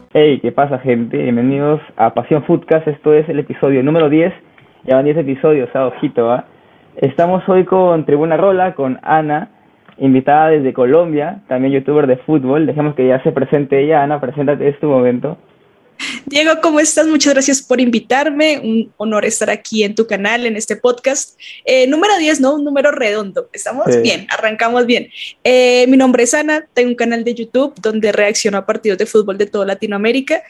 Hey, ¿qué pasa, gente? Bienvenidos a Pasión Foodcast. Esto es el episodio número 10. Ya van 10 episodios, ojito, ¿va? Estamos hoy con Tribuna Rola, con Ana, invitada desde Colombia, también youtuber de fútbol. Dejemos que ya se presente ella. Ana, preséntate, es tu momento. Diego, ¿cómo estás? Muchas gracias por invitarme. Un honor estar aquí en tu canal, en este podcast. Número 10, ¿no? Un número redondo. Estamos Sí. bien, arrancamos bien. Mi nombre es Ana, tengo un canal de YouTube donde reacciono a partidos de fútbol de toda Latinoamérica.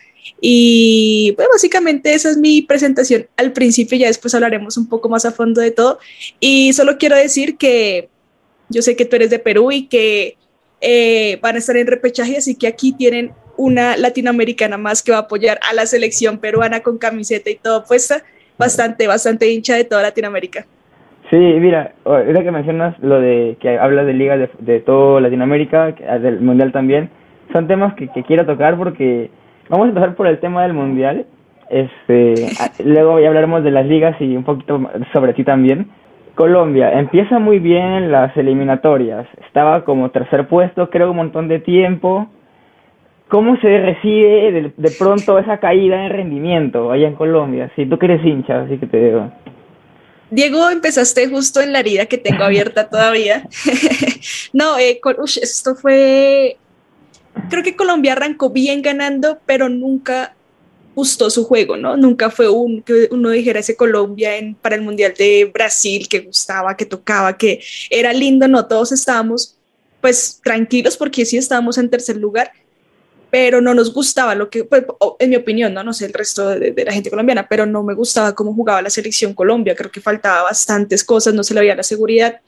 Y pues, básicamente esa es mi presentación al principio, ya después hablaremos un poco más a fondo de todo. Y solo quiero decir que yo sé que tú eres de Perú y que van a estar en repechaje, así que aquí tienen una latinoamericana más que va a apoyar a la selección peruana con camiseta y todo puesta, bastante hincha de toda Latinoamérica. Sí, mira, ahorita que mencionas lo de que hablas de ligas de toda Latinoamérica, del Mundial también, son temas que quiero tocar porque vamos a empezar por el tema del Mundial. Luego ya hablaremos de las ligas y un poquito sobre ti también. Colombia empieza muy bien en las eliminatorias, estaba como tercer puesto, creo, un montón de tiempo. ¿Cómo se recibe de pronto esa caída en rendimiento allá en Colombia? Si tú que eres hincha, así que te digo. Diego, empezaste justo en la herida que tengo abierta todavía. No, esto fue, creo que Colombia arrancó bien ganando, pero nunca gustó su juego, ¿no? Nunca fue que uno dijera ese Colombia para el Mundial de Brasil, que gustaba, que tocaba, que era lindo, no, todos estábamos pues tranquilos porque sí estábamos en tercer lugar, pero no nos gustaba lo que, pues, en mi opinión, no sé el resto de la gente colombiana, pero no me gustaba cómo jugaba la selección Colombia, creo que faltaba bastantes cosas, no se le veía la seguridad.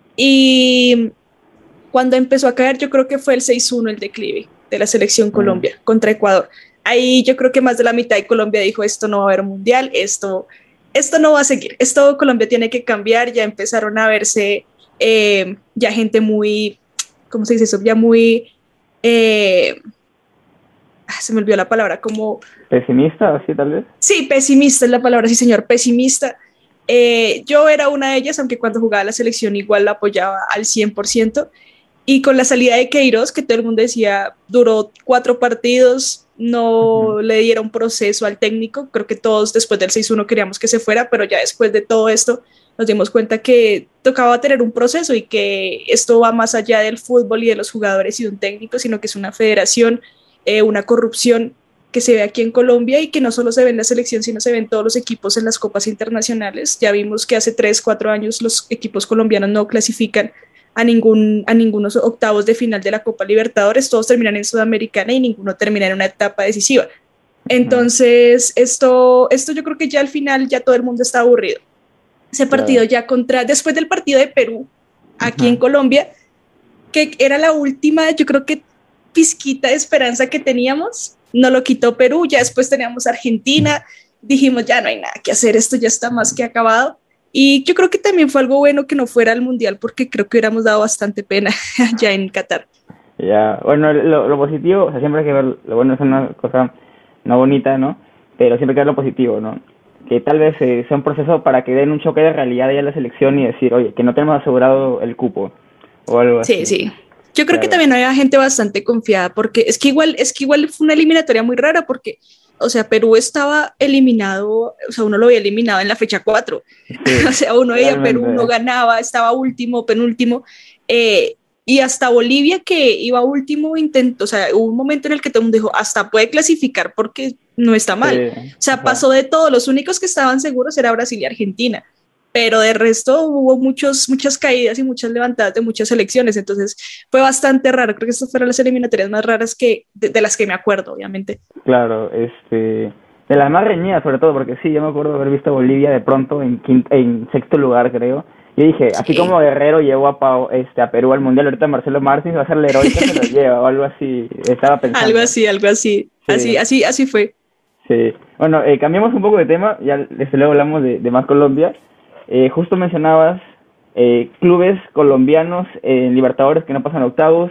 Y cuando empezó a caer, yo creo que fue el 6-1 el declive de la selección Mm. Colombia contra Ecuador. Ahí yo creo que más de la mitad de Colombia dijo, esto no va a haber mundial, esto no va a seguir, esto Colombia tiene que cambiar, ya empezaron a verse ya gente muy, ¿cómo se dice eso? Ya muy, eh, se me olvidó la palabra, como ¿Pesimista, así tal vez? sí, pesimista es la palabra, sí señor, pesimista. Yo era una de ellas, aunque cuando jugaba la selección igual la apoyaba al 100%. Y con la salida de Queiroz, que todo el mundo decía, duró 4 partidos, Ujú. no le dieron proceso al técnico. Creo que todos después del 6-1 queríamos que se fuera, pero ya después de todo esto nos dimos cuenta que tocaba tener un proceso y que esto va más allá del fútbol y de los jugadores y de un técnico, sino que es una federación, una corrupción que se ve aquí en Colombia y que no solo se ve en la selección, sino se ve en todos los equipos en las copas internacionales. Ya vimos que hace 3, 4 años los equipos colombianos no clasifican a ningunos octavos de final de la Copa Libertadores, todos terminan en Sudamericana y ninguno termina en una etapa decisiva. Ujú. Entonces, esto yo creo que ya al final ya todo el mundo está aburrido. Ese partido Claro. ya después del partido de Perú, aquí en Ujú. Colombia, que era la última, yo creo que pizquita de esperanza que teníamos, no lo quitó Perú, ya después teníamos Argentina, dijimos ya no hay nada que hacer, esto ya está más que acabado. Y yo creo que también fue algo bueno que no fuera al Mundial porque creo que hubiéramos dado bastante pena allá en Qatar. Ya, bueno, lo positivo, o sea, siempre hay que ver, lo bueno es una cosa no bonita, ¿no? Pero siempre hay que ver lo positivo, ¿no? Que tal vez sea un proceso para que den un choque de realidad ya a la selección y decir, oye, que no tenemos asegurado el cupo o algo Sí, así. sí. Yo creo que Claro. también había gente bastante confiada porque es que igual fue una eliminatoria muy rara porque, o sea, Perú estaba eliminado, o sea, uno lo había eliminado en la fecha 4. O Sí, sea, uno veía Perú, no realmente. ganaba, estaba último, penúltimo, eh, y hasta Bolivia que iba último intentó, o sea, hubo un momento en el que todo el mundo dijo, hasta puede clasificar porque no está Sí, mal. O sea, ajá. pasó de todo, los únicos que estaban seguros era Brasil y Argentina, pero de resto hubo muchas caídas y muchas levantadas de muchas selecciones, entonces fue bastante raro, creo que estas fueron las eliminatorias más raras de las que me acuerdo, obviamente. Claro, de las más reñidas sobre todo, porque sí, yo me acuerdo de haber visto a Bolivia de pronto en sexto lugar, creo. Yo dije, así como Sí, Guerrero llevó a Perú al Mundial, ahorita Marcelo Martins va a ser la heroica, se lo lleva, o algo así, estaba pensando. algo así, Sí, así fue. sí. Bueno, cambiamos un poco de tema, ya desde luego hablamos de más Colombia. Justo mencionabas clubes colombianos en Libertadores que no pasan a octavos,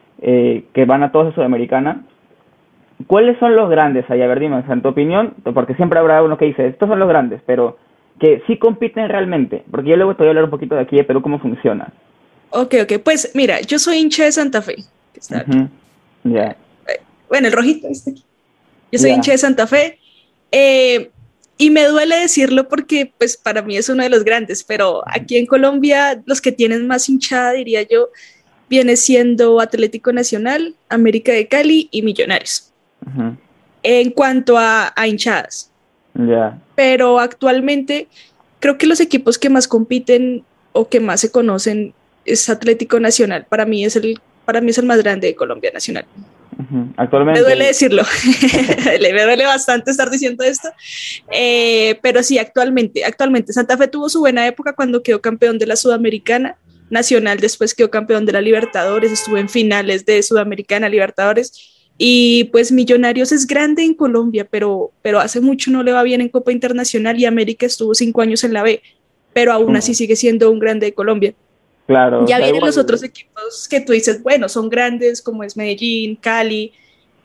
que van a todos a Sudamericana. ¿Cuáles son los grandes ahí? A ver, dime, o sea, en tu opinión, porque siempre habrá uno que dice, estos son los grandes, pero que sí compiten realmente, porque yo luego te voy a hablar un poquito de aquí de Perú, cómo funciona. Ok, pues mira, yo soy hincha de Santa Fe, que está, Ujú. Ya. bueno, el rojito está aquí. Yo soy hincha de Santa Fe. Y me duele decirlo porque pues para mí es uno de los grandes, pero aquí en Colombia los que tienen más hinchada, diría yo, viene siendo Atlético Nacional, América de Cali y Millonarios. En cuanto a hinchadas. Pero actualmente creo que los equipos que más compiten o que más se conocen es Atlético Nacional. Para mí es el más grande de Colombia, Nacional. Actualmente. Me duele decirlo, me duele bastante estar diciendo esto, pero sí, actualmente Santa Fe tuvo su buena época cuando quedó campeón de la Sudamericana. Nacional después quedó campeón de la Libertadores, estuvo en finales de Sudamericana, Libertadores, y pues Millonarios es grande en Colombia, pero hace mucho no le va bien en Copa Internacional, y América estuvo 5 años en la B, pero aún así sigue siendo un grande de Colombia. Claro. Ya vienen los otros equipos que tú dices, bueno, son grandes, como es Medellín, Cali,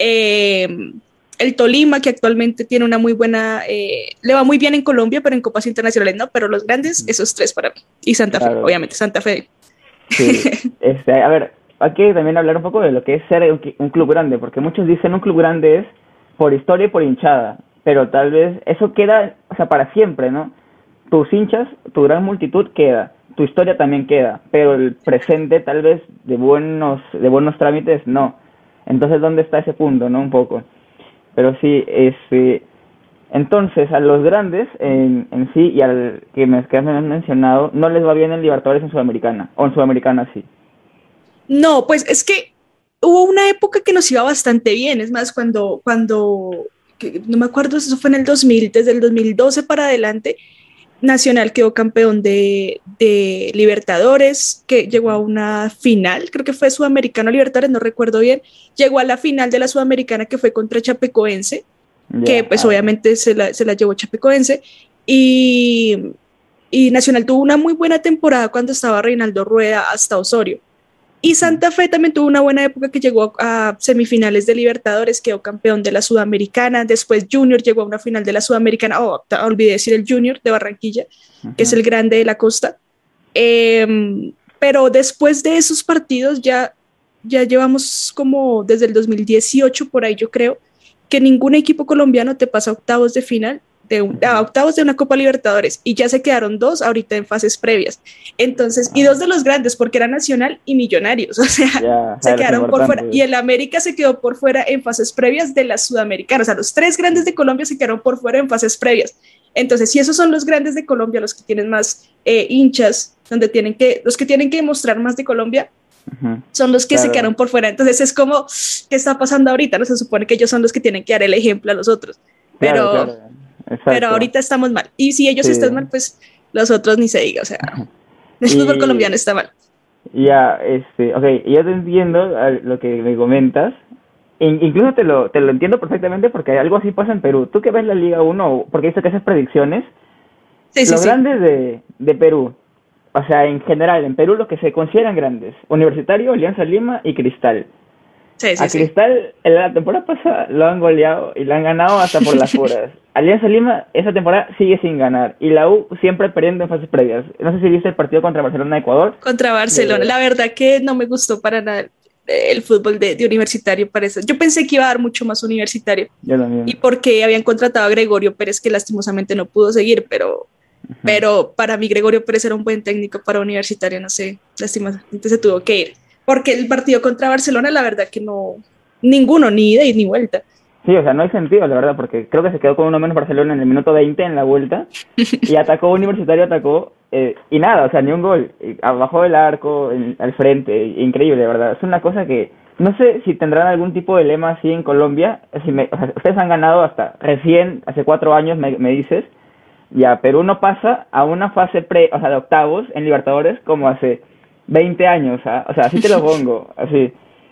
el Tolima, que actualmente tiene una muy buena, le va muy bien en Colombia, pero en copas internacionales no, pero los grandes, esos tres para mí. Y Santa Fe, obviamente, Santa Fe. Sí. A ver, hay que también hablar un poco de lo que es ser un club grande, porque muchos dicen un club grande es por historia y por hinchada, pero tal vez eso queda, o sea, para siempre, ¿no? Tus hinchas, tu gran multitud queda, tu historia también queda, pero el presente tal vez de buenos trámites no. Entonces, ¿dónde está ese punto, no? Un poco. Pero sí, entonces a los grandes en sí y al que me has mencionado, no les va bien en Libertadores en Sudamericana, o en Sudamericana sí. No, pues es que hubo una época que nos iba bastante bien, es más, cuando no me acuerdo, eso fue en el 2000, desde el 2012 para adelante, Nacional quedó campeón de Libertadores, que llegó a una final, creo que fue Sudamericano Libertadores, no recuerdo bien, llegó a la final de la Sudamericana que fue contra Chapecoense, que pues obviamente se la llevó Chapecoense, y Nacional tuvo una muy buena temporada cuando estaba Reinaldo Rueda hasta Osorio. Y Santa Fe también tuvo una buena época que llegó a semifinales de Libertadores, quedó campeón de la Sudamericana, después Junior llegó a una final de la Sudamericana, olvidé decir el Junior de Barranquilla, que es el grande de la costa, pero después de esos partidos ya llevamos como desde el 2018 por ahí yo creo, que ningún equipo colombiano te pasa a octavos de final, a octavos de una Copa Libertadores, y ya se quedaron 2 ahorita en fases previas. Entonces, y 2 de los grandes, porque era Nacional y Millonarios, o sea, se quedaron por fuera. Y el América se quedó por fuera en fases previas de la Sudamericana. O sea, los 3 grandes de Colombia se quedaron por fuera en fases previas. Entonces, si esos son los grandes de Colombia, los que tienen más hinchas, los que tienen que demostrar más de Colombia, son los que se quedaron por fuera. Entonces, es como, ¿qué está pasando ahorita? No se supone que ellos son los que tienen que dar el ejemplo a los otros. Pero ahorita estamos mal. Y si ellos están mal, pues los otros ni se diga. O sea, el fútbol colombiano está mal. Ya, ok, ya te entiendo lo que me comentas. Incluso te lo entiendo perfectamente porque algo así pasa en Perú. Tú que ves la Liga 1, porque viste que haces predicciones, los grandes de Perú, o sea, en general, en Perú los que se consideran grandes, Universitario, Alianza Lima y Cristal. Cristal, en la temporada pasada lo han goleado y lo han ganado hasta por las puras. Alianza Lima, esa temporada sigue sin ganar. Y la U siempre perdiendo en fases previas. No sé si viste el partido contra Barcelona de Ecuador. Contra Barcelona. La verdad que no me gustó para nada el fútbol de Universitario. Parece. Yo pensé que iba a dar mucho más Universitario. Yo también. Y porque habían contratado a Gregorio Pérez, que lastimosamente no pudo seguir, pero para mí Gregorio Pérez era un buen técnico para Universitario. No sé, lastimosamente se tuvo que ir. Porque el partido contra Barcelona, la verdad que no, ninguno, ni ida y ni vuelta. Sí, o sea, no hay sentido, la verdad, porque creo que se quedó con uno menos Barcelona en el minuto 20 en la vuelta, y atacó Universitario, y nada, o sea, ni un gol, abajo del arco, al frente, increíble, la verdad. Es una cosa que, no sé si tendrán algún tipo de lema así en Colombia, o sea, ustedes han ganado hasta recién, hace 4 años, me dices, ya, Perú no pasa a una fase de octavos en Libertadores como hace 20 años, ¿ah? O sea, así te lo pongo, así,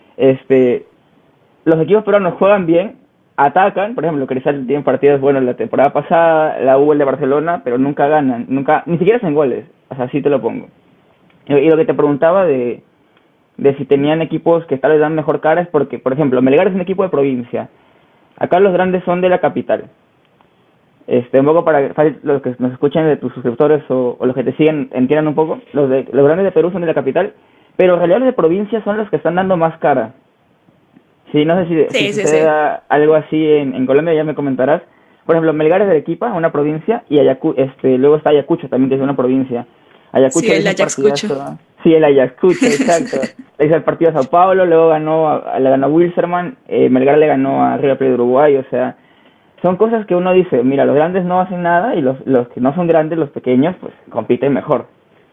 los equipos peruanos juegan bien, atacan, por ejemplo, Cristal tiene partidos buenos la temporada pasada, la U el de Barcelona, pero nunca ganan, ni siquiera hacen goles, o sea, así te lo pongo. Y lo que te preguntaba de si tenían equipos que tal vez dan mejor cara es porque, por ejemplo, Melgar es un equipo de provincia, acá los grandes son de la capital. Un poco para los que nos escuchan de tus suscriptores o los que te siguen entiendan un poco, los grandes de Perú son de la capital, pero en realidad los de provincia son los que están dando más cara. Sí, no sé si sucede algo así en Colombia, ya me comentarás. Por ejemplo, Melgar es de Arequipa, una provincia, y luego está Ayacucho también, que es una provincia. Ayacucho Sí, le el hizo Ayacucho. partidazo. Sí, el Ayacucho, exacto. Le hizo el partido a Sao Paulo, luego le ganó a Wilstermann, Melgar le ganó a River Plate de Uruguay, o sea, son cosas que uno dice, mira, los grandes no hacen nada y los que no son grandes, los pequeños, pues compiten mejor.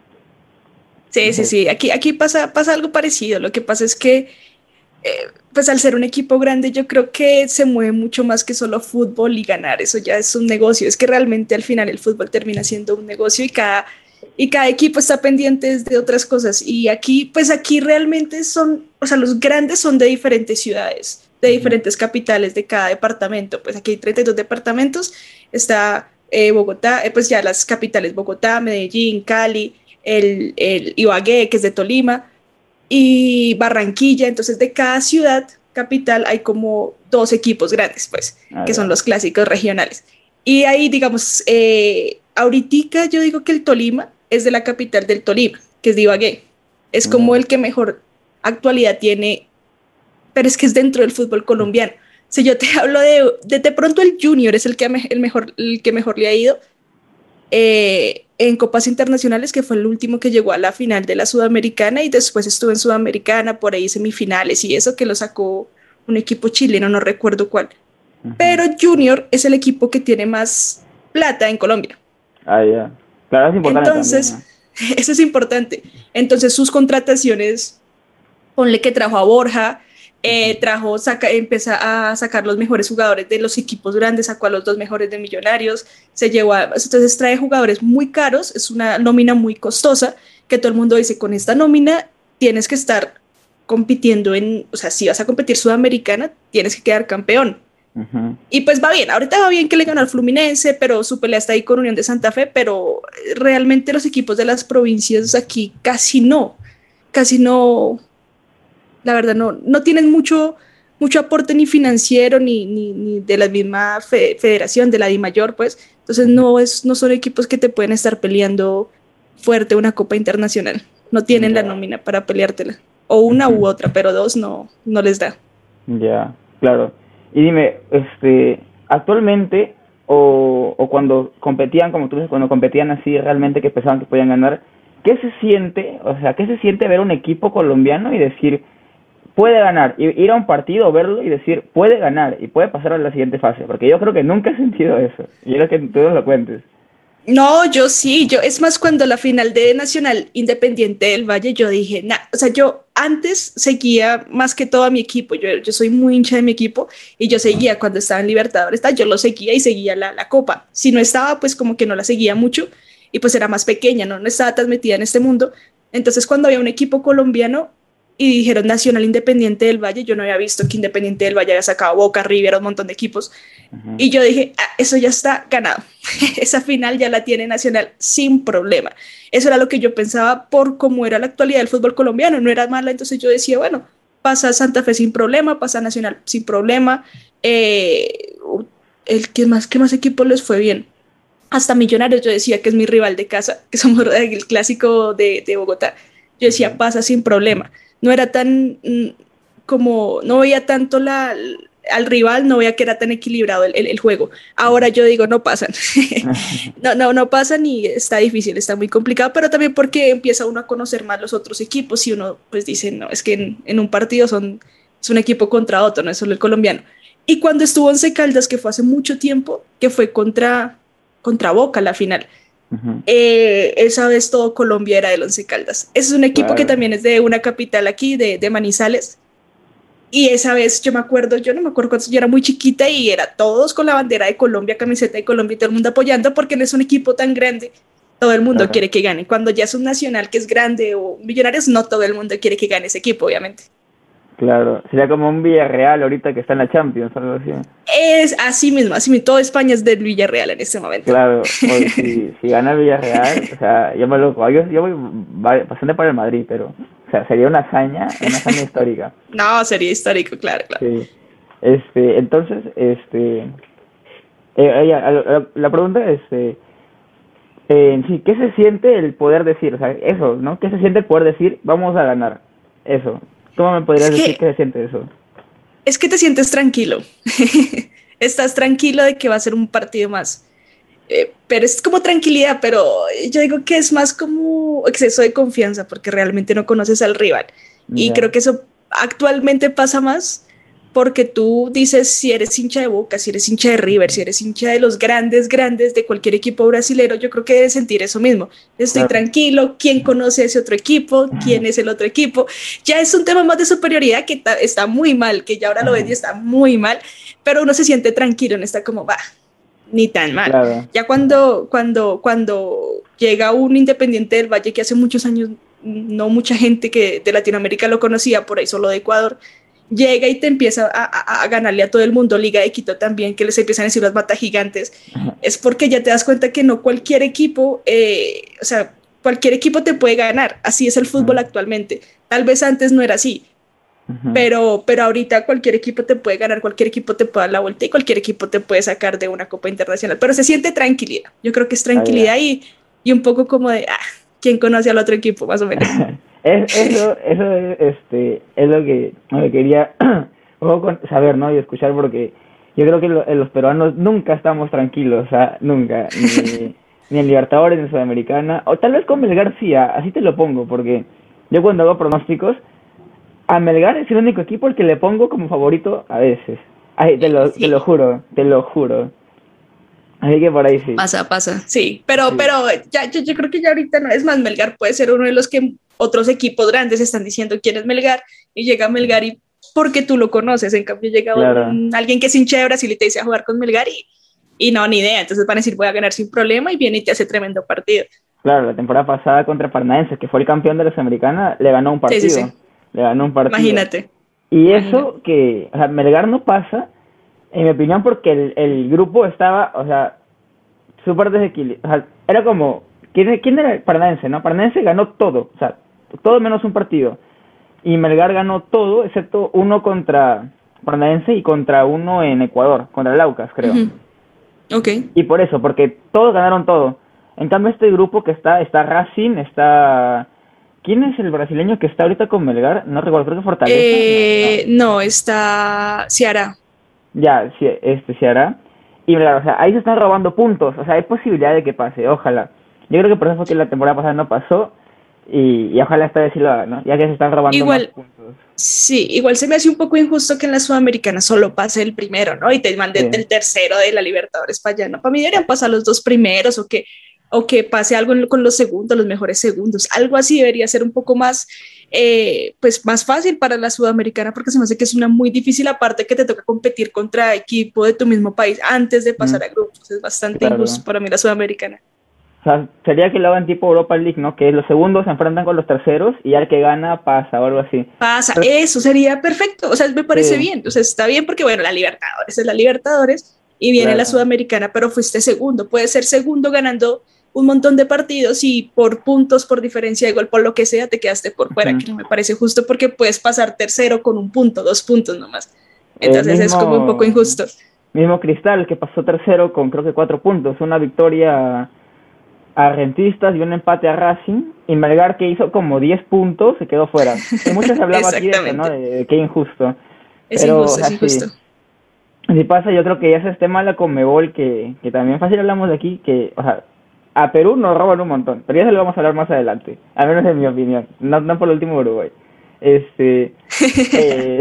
Sí. Aquí pasa algo parecido. Lo que pasa es que pues al ser un equipo grande, yo creo que se mueve mucho más que solo fútbol y ganar. Eso ya es un negocio. Es que realmente al final el fútbol termina siendo un negocio y cada equipo está pendiente de otras cosas. Y aquí, pues aquí realmente son, o sea, los grandes son de diferentes ciudades, de diferentes capitales de cada departamento. Pues aquí hay 32 departamentos. Está Bogotá, pues ya las capitales, Bogotá, Medellín, Cali, el Ibagué, que es de Tolima y Barranquilla. Entonces de cada ciudad capital hay como dos equipos grandes, pues, que son los clásicos regionales. Y ahí, digamos, ahorita yo digo que el Tolima es de la capital del Tolima, que es de Ibagué. Es como el que mejor actualidad tiene, pero es que es dentro del fútbol colombiano. Si yo te hablo de pronto el Junior es el que mejor le ha ido, en copas internacionales, que fue el último que llegó a la final de la Sudamericana y después estuvo en Sudamericana, por ahí semifinales y eso que lo sacó un equipo chileno, no recuerdo cuál. Pero Junior es el equipo que tiene más plata en Colombia. Ah, ya. Claro, es importante. Entonces, también, ¿no? eso es importante. Entonces, sus contrataciones, ponle que trajo a Borja, empieza a sacar los mejores jugadores de los equipos grandes, sacó a los dos mejores de Millonarios, entonces trae jugadores muy caros, es una nómina muy costosa, que todo el mundo dice, con esta nómina tienes que estar compitiendo o sea, si vas a competir Sudamericana, tienes que quedar campeón. Y pues va bien, ahorita va bien que le ganó al Fluminense, pero su pelea está ahí con Unión de Santa Fe, pero realmente los equipos de las provincias aquí casi no, la verdad no tienen mucho aporte ni financiero ni de la misma federación, de la DIMAYOR, pues. Entonces no son equipos que te pueden estar peleando fuerte una copa internacional. No tienen la nómina para peleártela. O una u otra, pero dos no les da. Ya, claro. Y dime, actualmente o cuando competían, como tú dices, cuando competían así realmente que pensaban que podían ganar, ¿qué se siente? O sea, ¿qué se siente ver un equipo colombiano y decir puede ganar, ir a un partido, verlo y decir puede ganar y puede pasar a la siguiente fase? Porque yo creo que nunca he sentido eso. Y quiero que tú nos lo cuentes. No, yo sí, es más cuando la final de Nacional Independiente del Valle, yo dije, o sea, yo antes seguía más que todo a mi equipo, yo soy muy hincha de mi equipo y yo seguía cuando estaba en Libertadores, yo lo seguía y seguía la copa. Si no estaba, pues como que no la seguía mucho y pues era más pequeña, no estaba tan metida en este mundo. Entonces cuando había un equipo colombiano y dijeron Nacional Independiente del Valle, yo no había visto que Independiente del Valle había sacado Boca, River, un montón de equipos. Y yo dije, eso ya está ganado. Esa final ya la tiene Nacional sin problema. Eso era lo que yo pensaba por cómo era la actualidad del fútbol colombiano. No era mala, entonces yo decía, bueno, pasa Santa Fe sin problema, pasa Nacional sin problema. ¿Qué más equipos les fue bien? Hasta Millonarios, yo decía que es mi rival de casa, que somos el clásico de Bogotá. Yo decía, pasa sin problema. No era tan no veía tanto al rival, no veía que era tan equilibrado el juego. Ahora yo digo, no pasan. no pasan y está difícil, está muy complicado, pero también porque empieza uno a conocer más los otros equipos y uno pues dice, no, es que en un partido es un equipo contra otro, no es solo el colombiano. Y cuando estuvo Once Caldas, que fue hace mucho tiempo, que fue contra Boca la final, esa vez todo Colombia era del Once Caldas. Ese es un equipo que también es de una capital aquí, de Manizales. Y esa vez yo no me acuerdo cuántos, yo era muy chiquita y era todos con la bandera de Colombia, camiseta de Colombia y todo el mundo apoyando porque no es un equipo tan grande. Todo el mundo quiere que gane. Cuando ya es un nacional que es grande o Millonarios, no todo el mundo quiere que gane ese equipo, obviamente. Claro, sería como un Villarreal ahorita que está en la Champions, algo así. Es así mismo, toda España es del Villarreal en este momento. Claro, si gana el Villarreal, o sea, yo me lo yo voy bastante para el Madrid, pero, o sea, sería una hazaña histórica. No, sería histórico, claro. Sí. Entonces, la pregunta es, sí, ¿qué se siente el poder decir? O sea, eso, ¿no? ¿Qué se siente el poder decir, vamos a ganar? Eso. ¿Cómo me podrías decir qué se siente eso? Es que te sientes tranquilo. Estás tranquilo de que va a ser un partido más. Pero es como tranquilidad, pero yo digo que es más como exceso de confianza porque realmente no conoces al rival. Y Ya. creo que eso actualmente pasa más porque tú dices si eres hincha de Boca, si eres hincha de River, si eres hincha de los grandes, grandes de cualquier equipo brasilero, yo creo que debes sentir eso mismo. Estoy Claro. tranquilo, ¿quién conoce a ese otro equipo? ¿Quién es el otro equipo? Ya es un tema más de superioridad que está muy mal, que ya ahora lo ves y está muy mal, pero uno se siente tranquilo, no está como, va, ni tan mal. Claro. Ya cuando llega un Independiente del Valle que hace muchos años no mucha gente que de Latinoamérica lo conocía, por ahí solo de Ecuador, llega y te empieza a ganarle a todo el mundo, Liga de Quito también, que les empiezan a decir las matas gigantes, es porque ya te das cuenta que no cualquier equipo, o sea, cualquier equipo te puede ganar, así es el fútbol actualmente, tal vez antes no era así, pero ahorita cualquier equipo te puede ganar, cualquier equipo te puede dar la vuelta y cualquier equipo te puede sacar de una copa internacional, pero se siente tranquilidad, yo creo que es Ah, ya. tranquilidad y un poco como de, ¿quién conoce al otro equipo? Más o menos. Eso es lo que quería un poco saber, ¿no? Y escuchar porque yo creo que los peruanos nunca estamos tranquilos, o sea, nunca, ni en Libertadores, ni en Sudamericana, o tal vez con Melgar sí, así te lo pongo, porque yo cuando hago pronósticos, a Melgar es el único equipo al que le pongo como favorito a veces. Ay, te lo Sí. juro, te lo juro. Así que por ahí sí. Pasa, sí, pero, Sí, pero ya, yo creo que ya ahorita no es más, Melgar puede ser uno de los que otros equipos grandes están diciendo quién es Melgar y llega Melgar y porque tú lo conoces, en cambio llega claro. alguien que es hincha de Brasil y te dice a jugar con Melgar y no, ni idea, entonces van a decir voy a ganar sin problema y viene y te hace tremendo partido. Claro, la temporada pasada contra Paranaense, que fue el campeón de la Sudamericana, le ganó un Sí, sí, sí, partido. Le ganó un partido. imagínate, Y imagínate. eso que, o sea, Melgar no pasa, en mi opinión, porque el grupo estaba, o sea, súper desequilibrado. O sea, era como, ¿quién era el Paranaense, no? Paranaense ganó todo, o sea, todo menos un partido. Y Melgar ganó todo, excepto uno contra Paranaense y contra uno en Ecuador, contra el Aucas, creo. Uh-huh. Ok. Y por eso, porque todos ganaron todo. En cambio, este grupo que está Racing, está... ¿Quién es el brasileño que está ahorita con Melgar? No recuerdo, creo que Fortaleza. No, no. No, está Ciara. Ya, sí, se hará. Y Melgar, o sea, ahí se están robando puntos. O sea, hay posibilidad de que pase, ojalá. Yo creo que por eso fue que la temporada pasada no pasó. Y ojalá esta vez sí lo haga, ¿no? Ya que se están robando más Igual, puntos. sí, igual se me hace un poco injusto que en la Sudamericana solo pase el primero, ¿no? Y te manden Sí, del tercero de la Libertadores para allá, ¿no? Para mí deberían pasar los dos primeros o que pase algo con los segundos, los mejores segundos. Algo así debería ser un poco más, pues más fácil para la Sudamericana porque se me hace que es una muy difícil aparte que te toca competir contra equipo de tu mismo país antes de pasar a grupos. Es bastante injusto claro. para mí la Sudamericana. O sea, sería que lo hagan tipo Europa League, ¿no? Que los segundos se enfrentan con los terceros y ya el que gana pasa o algo así. Pasa, Pero, eso sería perfecto, o sea, me parece sí, bien, o sea, está bien porque, bueno, la Libertadores es la Libertadores y viene la claro. Sudamericana, pero fuiste segundo, puedes ser segundo ganando un montón de partidos y por puntos, por diferencia de gol, por lo que sea, te quedaste por fuera, Ujú. que no me parece justo porque puedes pasar tercero con un punto, 2 puntos nomás, El entonces es como un poco mismo, injusto. mismo Cristal que pasó tercero con creo que 4 puntos. Una victoria a Rentistas y un empate a Racing. Y Melgar que hizo como 10 puntos se quedó fuera. Y mucho se hablaba aquí de eso, ¿no? Exactamente, De qué injusto. es Pero, o injusto, es sea, sí. injusto. Si pasa, yo creo que ya es este tema de la Conmebol que también fácil hablamos de aquí, que, o sea, a Perú nos roban un montón, pero ya se lo vamos a hablar más adelante, al menos en mi opinión, no por el último Uruguay. Este, eh,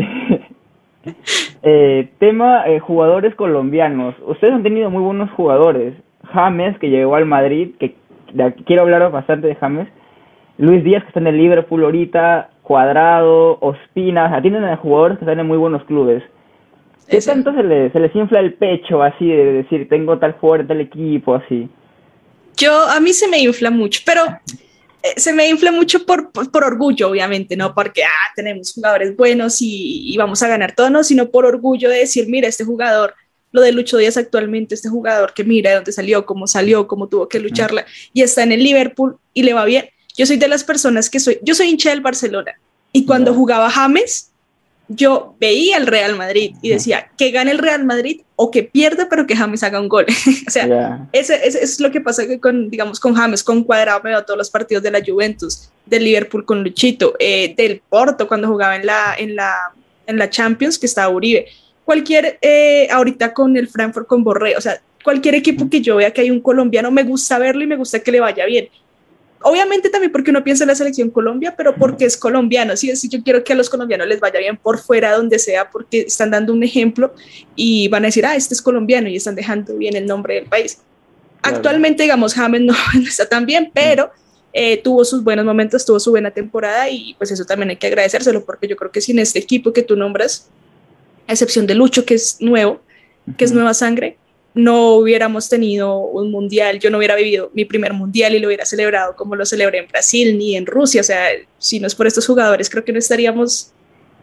tema jugadores colombianos. Ustedes han tenido muy buenos jugadores. James, que llegó al Madrid, que quiero hablar bastante de James. Luis Díaz, que está en el Liverpool ahorita. Cuadrado, Ospina. O sea, tienen a jugadores que están en muy buenos clubes. ¿Qué Ese. tanto se les infla el pecho así de decir, tengo tal jugador en tal equipo, así? A mí se me infla mucho, pero se me infla mucho por orgullo, obviamente, no porque tenemos jugadores buenos y vamos a ganar todo, no, sino por orgullo de decir, mira, este jugador, lo de Lucho Díaz actualmente, este jugador que mira de dónde salió, cómo tuvo que lucharla y está en el Liverpool y le va bien. Yo soy de las personas yo soy hincha del Barcelona y cuando Ya, jugaba James, yo veía el Real Madrid y decía que gane el Real Madrid o que pierda, pero que James haga un gol. O sea, ya. eso es lo que pasa que digamos, con James, con Cuadrado, me veo todos los partidos de la Juventus, del Liverpool con Luchito, del Porto cuando jugaba en en la Champions, que estaba Uribe. Cualquier, ahorita con el Frankfurt, con Borré, o sea, cualquier equipo que yo vea que hay un colombiano, me gusta verlo y me gusta que le vaya bien. Obviamente también porque uno piensa en la selección Colombia, pero porque es colombiano, ¿sí? Es, yo quiero que a los colombianos les vaya bien por fuera, donde sea, porque están dando un ejemplo y van a decir, este es colombiano y están dejando bien el nombre del país. Claro. Actualmente, digamos, James no está tan bien, pero tuvo sus buenos momentos, tuvo su buena temporada y pues eso también hay que agradecérselo, porque yo creo que sin este equipo que tú nombras, a excepción de Lucho, que es nuevo, que es nueva sangre, no hubiéramos tenido un mundial, yo no hubiera vivido mi primer mundial y lo hubiera celebrado como lo celebré en Brasil ni en Rusia, o sea, si no es por estos jugadores, creo que no estaríamos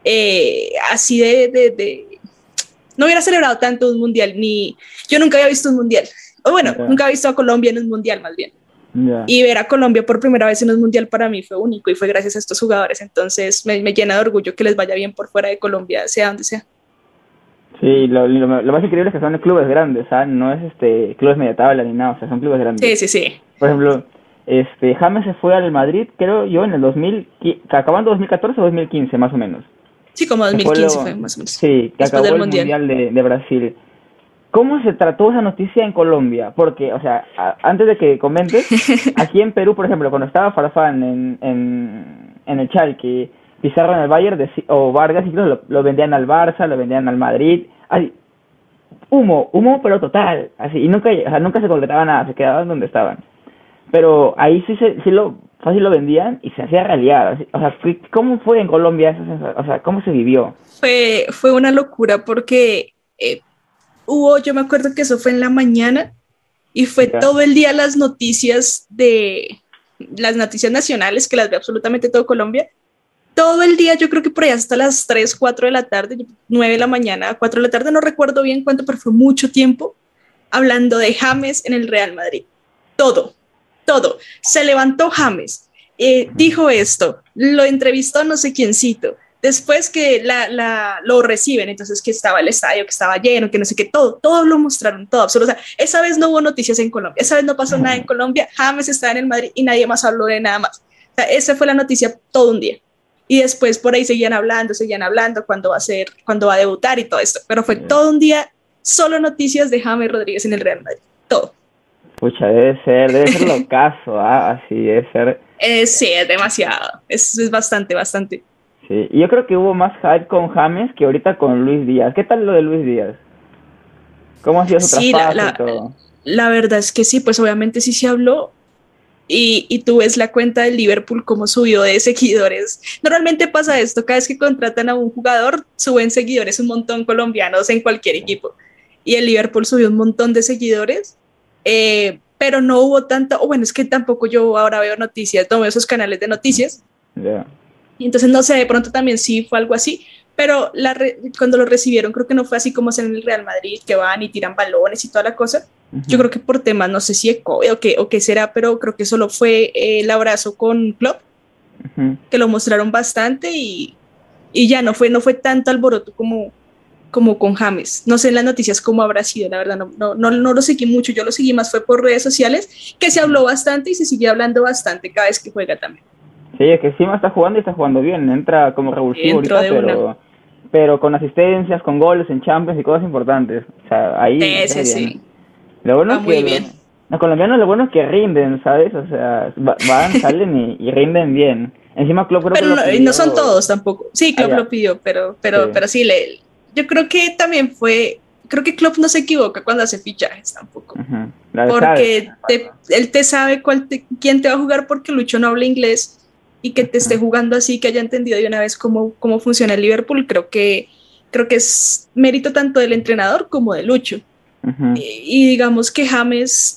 así no hubiera celebrado tanto un mundial, ni yo nunca había visto un mundial, o bueno, nunca había visto a Colombia en un mundial más bien. Y ver a Colombia por primera vez en un mundial para mí fue único y fue gracias a estos jugadores, entonces me llena de orgullo que les vaya bien por fuera de Colombia, sea donde sea. Sí, lo más increíble es que son clubes grandes, ¿sabes? No es clubes media tabla ni nada, o sea, son clubes grandes. Sí. Por ejemplo, James se fue al Madrid, creo yo, en el 2000, acabando 2014 o 2015, más o menos. Sí, como 2015 fue más o menos. Sí, que acabó el mundial de Brasil. ¿Cómo se trató esa noticia en Colombia? Porque, o sea, antes de que comentes, aquí en Perú, por ejemplo, cuando estaba Farfán en el Schalke, Pizarro en el Bayern o Vargas, incluso lo vendían al Barça, lo vendían al Madrid, así, humo pero total, así, y nunca se concretaba nada, se quedaban donde estaban. Pero ahí sí lo fácil lo vendían y se hacía realidad, así, o sea, ¿cómo fue en Colombia eso? O sea, ¿cómo se vivió? Fue una locura porque yo me acuerdo que eso fue en la mañana y fue todo el día las noticias nacionales, que las ve absolutamente todo Colombia. Todo el día, yo creo que por ahí hasta las 3, 4 de la tarde, 9 de la mañana, 4 de la tarde, no recuerdo bien cuánto, pero fue mucho tiempo hablando de James en el Real Madrid. Todo. Se levantó James, dijo esto, lo entrevistó no sé quiéncito, después que lo reciben, entonces que estaba el estadio, que estaba lleno, que no sé qué, todo lo mostraron, todo, absoluto. O sea, esa vez no hubo noticias en Colombia, esa vez no pasó nada en Colombia, James estaba en el Madrid y nadie más habló de nada más. O sea, esa fue la noticia todo un día. Y después por ahí seguían hablando cuándo va a debutar y todo esto. Pero fue todo un día solo noticias de James Rodríguez en el Real Madrid. Todo. Pucha, debe ser locazo, así debe ser. Sí, es demasiado. Es bastante. Sí, y yo creo que hubo más hype con James que ahorita con Luis Díaz. ¿Qué tal lo de Luis Díaz? ¿Cómo ha sido su traspaso y todo? La verdad es que sí, pues obviamente sí se habló. Y tú ves la cuenta del Liverpool cómo subió de seguidores. Normalmente pasa esto, cada vez que contratan a un jugador, suben seguidores un montón colombianos en cualquier equipo. Y el Liverpool subió un montón de seguidores, pero no hubo tanto, bueno, es que tampoco yo ahora veo noticias, no veo esos canales de noticias. Y entonces no sé, de pronto también sí fue algo así, pero cuando lo recibieron creo que no fue así como en el Real Madrid, que van y tiran balones y toda la cosa. Yo creo que por temas, no sé si COVID o qué será, pero creo que solo fue el abrazo con Klopp, que lo mostraron bastante y ya no fue tanto alboroto como con James. No sé en las noticias cómo habrá sido, la verdad, no lo seguí mucho, yo lo seguí más fue por redes sociales, que se habló bastante y se sigue hablando bastante cada vez que juega también. Sí, es que Sima está jugando y está jugando bien, entra como revulsivo ahorita, pero con asistencias, con goles en Champions y cosas importantes. O sea, ahí sí. Lo bueno es que los colombianos lo bueno es que rinden, ¿sabes? O sea, van, salen y rinden bien. Encima Klopp creo que lo pidió. No son todos tampoco. Sí, Klopp lo pidió, pero sí, yo creo que también creo que Klopp no se equivoca cuando hace fichajes tampoco. Porque él te sabe quién te va a jugar, porque Lucho no habla inglés y que te esté jugando así, que haya entendido de una vez cómo funciona el Liverpool, creo que es mérito tanto del entrenador como de Lucho. Y digamos que James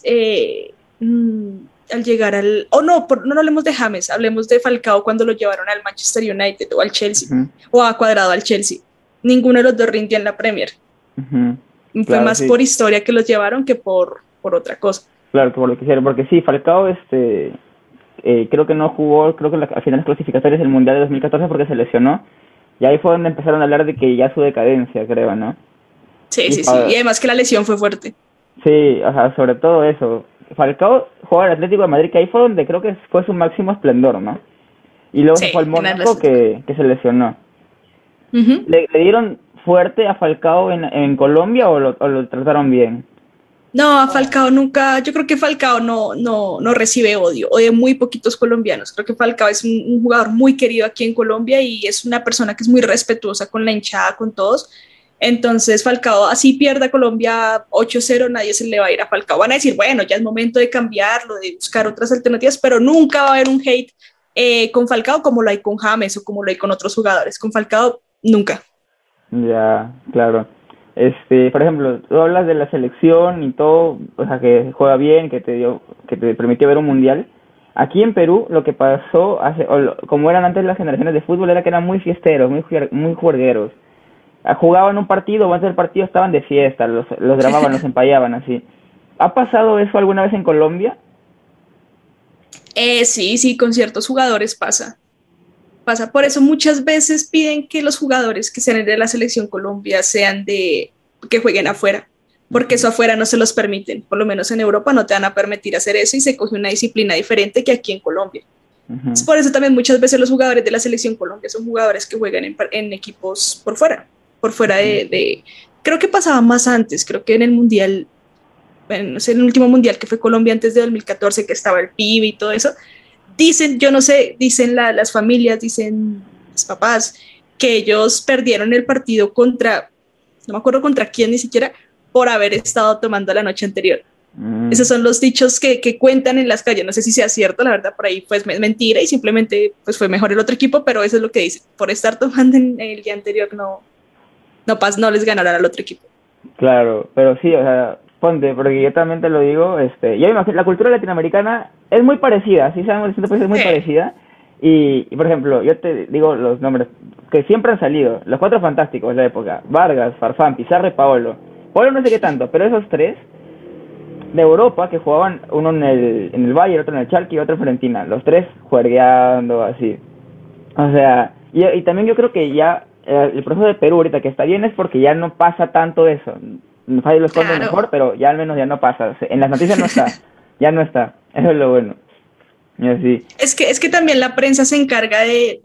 al llegar no hablemos de James, hablemos de Falcao cuando lo llevaron al Manchester United o al Chelsea, o a Cuadrado al Chelsea. Ninguno de los dos rindió en la Premier. Fue más por historia que los llevaron que por otra cosa. Claro, por lo que hicieron, porque sí, Falcao creo que no jugó, creo que al final las clasificatorias del Mundial de 2014 porque se lesionó, y ahí fue donde empezaron a hablar de que ya su decadencia, creo, ¿no? Sí, y además que la lesión fue fuerte. Sí, o sea, sobre todo eso. Falcao jugó al Atlético de Madrid, que ahí fue donde creo que fue su máximo esplendor, ¿no? Y luego se fue al Mónaco que se lesionó. Ujú. ¿Le dieron fuerte a Falcao en Colombia o lo trataron bien? No, a Falcao nunca, yo creo que Falcao no recibe odio, o de muy poquitos colombianos. Creo que Falcao es un jugador muy querido aquí en Colombia y es una persona que es muy respetuosa con la hinchada, con todos. Entonces, Falcao, así pierda Colombia 8-0, nadie se le va a ir a Falcao. Van a decir, bueno, ya es momento de cambiarlo, de buscar otras alternativas, pero nunca va a haber un hate con Falcao como lo hay con James o como lo hay con otros jugadores. Con Falcao, nunca. Ya, claro. Por ejemplo, tú hablas de la selección y todo, o sea, que juega bien, que te permitió ver un mundial. Aquí en Perú, lo que pasó como eran antes las generaciones de fútbol, era que eran muy fiesteros, muy juergueros. Jugaban un partido o antes del partido estaban de fiesta, los grababan, los empayaban así. ¿Ha pasado eso alguna vez en Colombia? Sí, sí, con ciertos jugadores pasa. Por eso muchas veces piden que los jugadores que sean de la selección Colombia sean que jueguen afuera, porque eso afuera no se los permiten. Por lo menos en Europa no te van a permitir hacer eso y se coge una disciplina diferente que aquí en Colombia. Ujú. Es por eso también muchas veces los jugadores de la selección Colombia son jugadores que juegan en equipos por fuera creo que pasaba más antes, creo que en el Mundial, bueno, no sé, en el último Mundial que fue Colombia antes de 2014, que estaba el PIB y todo eso, dicen, yo no sé, dicen las familias, dicen los papás, que ellos perdieron el partido no me acuerdo contra quién ni siquiera, por haber estado tomando la noche anterior. Mm. Esos son los dichos que cuentan en las calles. No sé si sea cierto, la verdad, por ahí pues es mentira y simplemente pues fue mejor el otro equipo, pero eso es lo que dicen. Por estar tomando en el día anterior no les ganarán al otro equipo. Claro, pero sí, o sea, ponte, porque yo también te lo digo, yo me imagino, la cultura latinoamericana es muy parecida, sí sabemos, distintos países es muy parecida, y, por ejemplo, yo te digo los nombres que siempre han salido, los cuatro fantásticos de la época, Vargas, Farfán, Pizarro y Paolo. Paolo no sé qué tanto, pero esos tres de Europa que jugaban, uno en el Bayern, otro en el Schalke y otro en Fiorentina, los tres juergueando así. O sea, y también yo creo que ya el proceso de Perú ahorita que está bien es porque ya no pasa tanto eso. Fabio lo esconde Claro. mejor, pero ya al menos ya no pasa. O sea, en las noticias no está, ya no está. Eso es lo bueno. Y así. Es que también la prensa se encarga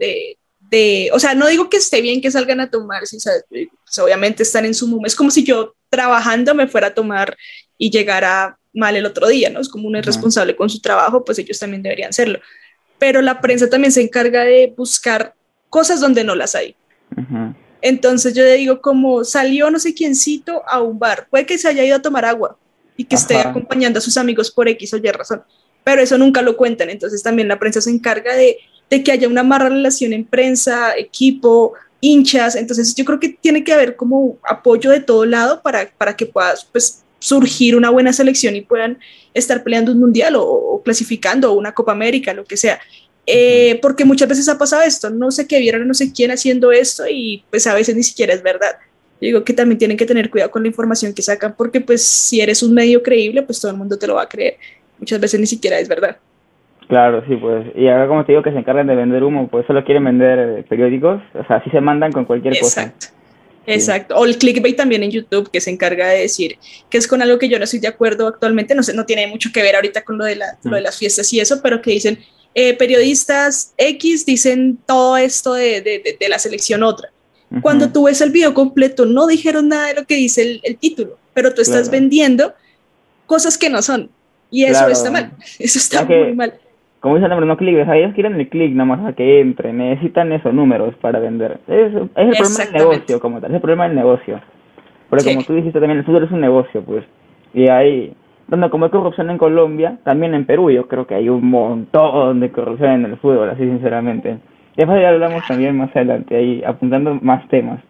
o sea, no digo que esté bien que salgan a tomar, sí, o sea, pues obviamente están en su momento. Es como si yo trabajando me fuera a tomar y llegara mal el otro día, ¿no? Es como uno es Ajá, responsable con su trabajo, pues ellos también deberían serlo. Pero la prensa también se encarga de buscar cosas donde no las hay. ajá, Entonces yo le digo como salió no sé quiéncito a un bar, puede que se haya ido a tomar agua y que esté ajá, acompañando a sus amigos por X o Y razón, pero eso nunca lo cuentan, entonces también la prensa se encarga de que haya una mala relación en prensa, equipo, hinchas, entonces yo creo que tiene que haber como apoyo de todo lado para que pueda pues, surgir una buena selección y puedan estar peleando un mundial o clasificando o una Copa América, lo que sea. Porque muchas veces ha pasado esto, no sé qué vieron, no sé quién haciendo esto y pues a veces ni siquiera es verdad. Yo digo que también tienen que tener cuidado con la información que sacan porque pues si eres un medio creíble pues todo el mundo te lo va a creer. Muchas veces ni siquiera es verdad. claro, sí, pues. Y ahora como te digo que se encargan de vender humo, pues solo quieren vender periódicos. O sea, así se mandan con cualquier cosa. Exacto. Sí. Exacto. O el clickbait también en YouTube que se encarga de decir que es con algo que yo no estoy de acuerdo actualmente, no sé, no tiene mucho que ver ahorita con lo de las fiestas y eso, pero que dicen periodistas X dicen todo esto de la selección otra. Cuando Ujú, tú ves el video completo, no dijeron nada de lo que dice el título, pero tú estás claro, vendiendo cosas que no son. Y eso está claro. mal. Eso está Ya muy que mal. como dice el nombre, no clic, o sea, ellos quieren el clic nada más a que entren, necesitan esos números para vender. Es el problema del Exactamente. negocio, como tal, es el problema del negocio. Porque Sí. como tú dijiste también, el fútbol es un negocio, pues. Y hay, donde como hay corrupción en Colombia, también en Perú yo creo que hay un montón de corrupción en el fútbol, así sinceramente. Y después ya hablamos también más adelante, ahí apuntando más temas.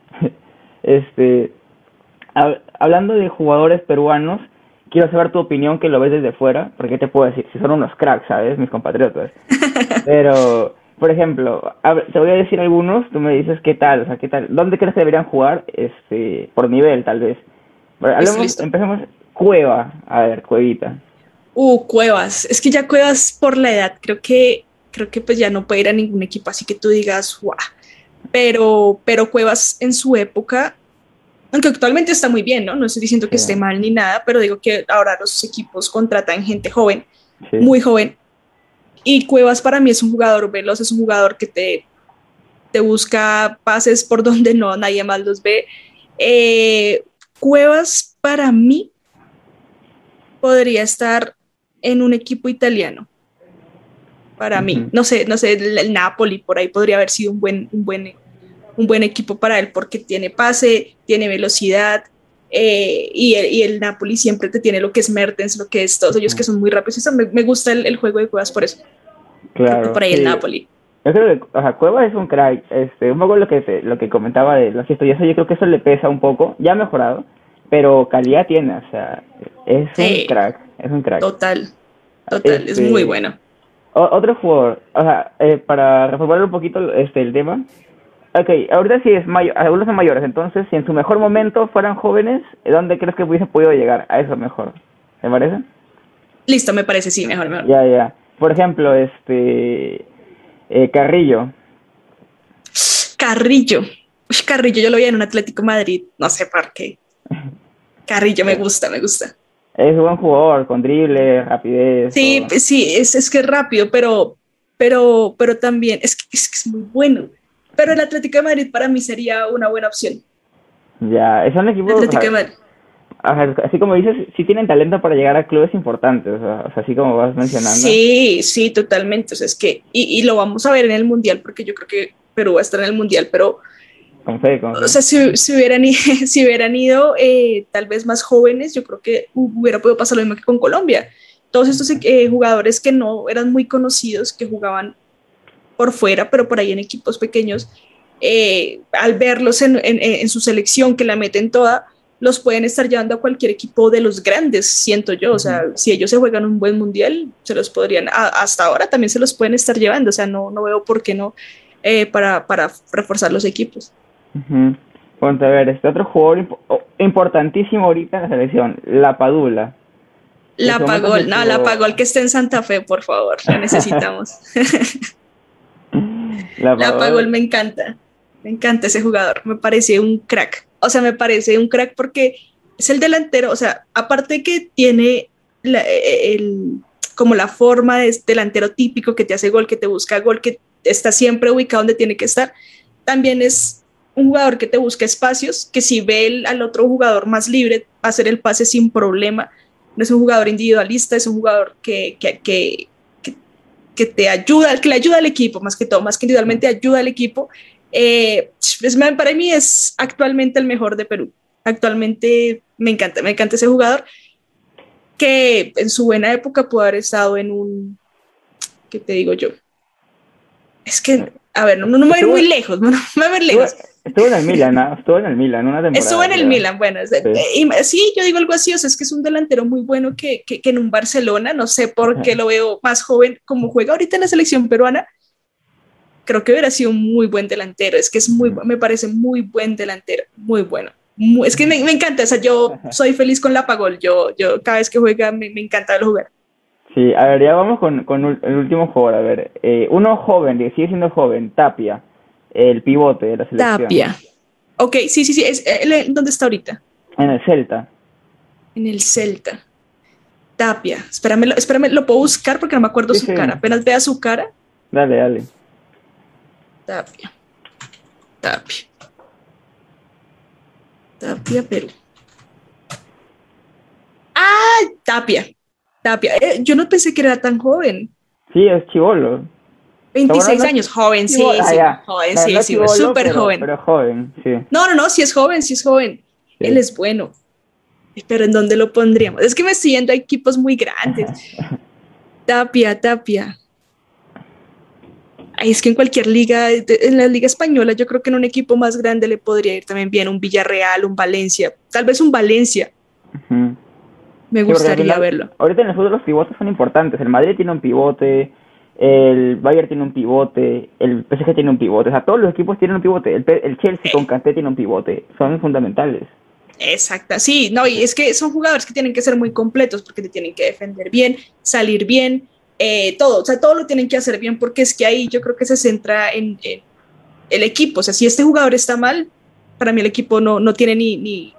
este, Hablando de jugadores peruanos, quiero saber tu opinión que lo ves desde fuera, porque ¿qué te puedo decir? Si son unos cracks, ¿sabes? Mis compatriotas. Pero, por ejemplo, te voy a decir algunos, tú me dices qué tal, o sea, qué tal, ¿dónde crees que deberían jugar? Por nivel, tal vez. Bueno, Listo, listo. empecemos, Cueva, a ver, Cuevita. Cuevas. Es que ya Cuevas por la edad, creo que pues ya no puede ir a ningún equipo, así que tú digas, guau. Pero Cuevas en su época, aunque actualmente está muy bien, ¿no? No estoy diciendo que Sí, esté mal ni nada, pero digo que ahora los equipos contratan gente joven, sí. muy joven. Y Cuevas para mí es un jugador veloz, es un jugador que te te busca pases por donde no nadie más los ve. Cuevas para mí podría estar en un equipo italiano. Para mí, no sé, el Napoli por ahí podría haber sido un buen equipo para él porque tiene pase, tiene velocidad, y el Napoli siempre te tiene lo que es Mertens, lo que es todos ellos que son muy rápidos. Eso me gusta el juego de Cuevas por eso. Claro. Creo que por ahí sí. El Napoli. Yo creo que, o sea, Cuevas es un crack. Un poco lo que comentaba de los historias, yo creo que eso le pesa un poco. Ya ha mejorado, pero calidad tiene, o sea, es un crack. Es un crack. Total, es muy bueno. Otro jugador, o sea, para reformular un poquito el tema. Ok, ahorita sí es mayor, algunos son mayores, entonces si en su mejor momento fueran jóvenes, ¿dónde crees que hubiese podido llegar? A eso mejor, ¿te parece? Listo, me parece, sí, mejor. Ya. Por ejemplo, Carrillo. Carrillo, yo lo vi en un Atlético Madrid, no sé por qué. Carrillo me gusta. Es un buen jugador, con drible, rapidez. Sí, todo. Sí, es que es rápido, pero también es que es muy bueno. Pero el Atlético de Madrid para mí sería una buena opción. Ya, es un equipo... Atlético de Madrid. Así como dices, sí tienen talento para llegar a clubes importantes, o sea, así como vas mencionando. Sí, totalmente. O sea, es que, y lo vamos a ver en el Mundial, porque yo creo que Perú va a estar en el Mundial, pero... Con fe. O sea, si hubieran ido tal vez más jóvenes, yo creo que hubiera podido pasar lo mismo que con Colombia. Todos estos jugadores que no eran muy conocidos, que jugaban por fuera, pero por ahí en equipos pequeños, al verlos en su selección, que la meten toda, los pueden estar llevando a cualquier equipo de los grandes, siento yo. O sea, si ellos se juegan un buen mundial, se los podrían, hasta ahora también se los pueden estar llevando. O sea, no veo por qué no, para reforzar los equipos. Ponte a ver, otro jugador importantísimo ahorita en la selección, La Padula. La Pagol que esté en Santa Fe, por favor, la necesitamos. La Pagol me encanta ese jugador, me parece un crack. O sea, me parece un crack porque es el delantero, o sea, aparte que tiene como la forma de delantero típico que te hace gol, que te busca gol, que está siempre ubicado donde tiene que estar, también es un jugador que te busca espacios, que si ve al otro jugador más libre, va a hacer el pase sin problema. No es un jugador individualista, es un jugador que te ayuda, que le ayuda al equipo, más que individualmente ayuda al equipo. Para mí es actualmente el mejor de Perú. Actualmente me encanta ese jugador, que en su buena época pudo haber estado en un, ¿qué te digo yo? Es que, a ver, no me voy a ir muy lejos, no me voy a ir lejos. Estuvo en el Milan, ¿no? Estuvo en el Milan una temporada. Estuvo en el Milan, bueno. Sí, yo digo algo así, o sea, es que es un delantero muy bueno que en un Barcelona, no sé por qué lo veo más joven, como juega ahorita en la selección peruana, creo que hubiera sido un muy buen delantero, es que me parece muy buen delantero, muy bueno. Es que me encanta, o sea, yo soy feliz con La Pagol, yo cada vez que juega me encanta verlo jugar. Sí, a ver, ya vamos con el último jugador, a ver, uno joven, sigue siendo joven, Tapia. El pivote de la selección. Tapia. Ok, sí. ¿Dónde está ahorita? En el Celta. En el Celta. Tapia. Espérame, lo puedo buscar porque no me acuerdo su cara. Apenas vea su cara. Dale. Tapia, Perú. ¡Ah! Tapia. Yo no pensé que era tan joven. Sí, es chibolo. 26 años, joven, sí, súper joven. Pero joven, sí. No, sí es joven. Sí. Él es bueno. Pero ¿en dónde lo pondríamos? Es que me estoy yendo a equipos muy grandes. Tapia. Ay, es que en cualquier liga, en la liga española, yo creo que en un equipo más grande le podría ir también bien un Villarreal, un Valencia, tal vez un Valencia. Me gustaría verlo. Ahorita en el fútbol los pivotes son importantes. El Madrid tiene un pivote. El Bayern tiene un pivote, el PSG tiene un pivote, o sea, todos los equipos tienen un pivote, el Chelsea con Kanté tiene un pivote, son fundamentales. Exacto, sí, no, y es que son jugadores que tienen que ser muy completos porque te tienen que defender bien, salir bien, todo, o sea, todo lo tienen que hacer bien porque es que ahí yo creo que se centra en el equipo, o sea, si este jugador está mal, para mí el equipo no tiene ni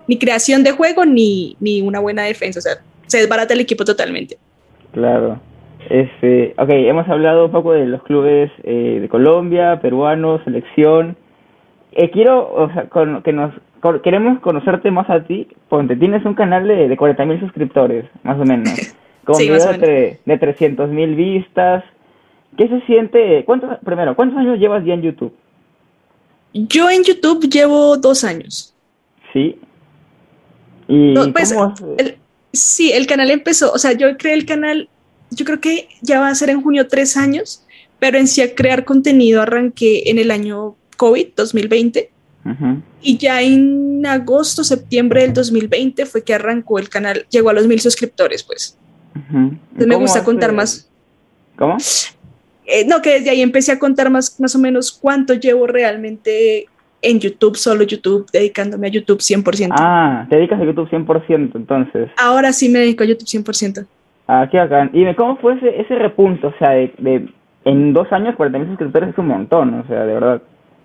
creación de juego ni una buena defensa, o sea, se desbarata el equipo totalmente. Claro. Ok, hemos hablado un poco de los clubes de Colombia, peruanos, selección. Quiero, o sea, queremos conocerte más a ti. Ponte, tienes un canal de 40.000 suscriptores, más o menos, con Sí, más o videos menos. de 300.000 vistas. ¿Qué se siente? ¿Cuántos años llevas ya en YouTube? Yo en YouTube llevo 2 años. Sí. ¿Y Pues cómo es? sí, el canal empezó, o sea, yo creé el canal, yo creo que ya va a ser en junio 3 años, pero en sí a crear contenido arranqué en el año COVID 2020 Ujú, y ya en agosto, septiembre del 2020 fue que arrancó el canal, llegó a los 1000 suscriptores, pues. ujú. ¿Y Entonces me cómo gusta es? contar más. ¿Cómo? No, que desde ahí empecé a contar más o menos cuánto llevo realmente en YouTube, solo YouTube, dedicándome a YouTube 100%. Ah, te dedicas a YouTube 100%, entonces. Ahora sí me dedico a YouTube 100%. Ah, qué bacán. Dime, ¿cómo fue ese repunto? O sea, en 2 años 40.000 suscriptores es un montón, o sea, de verdad.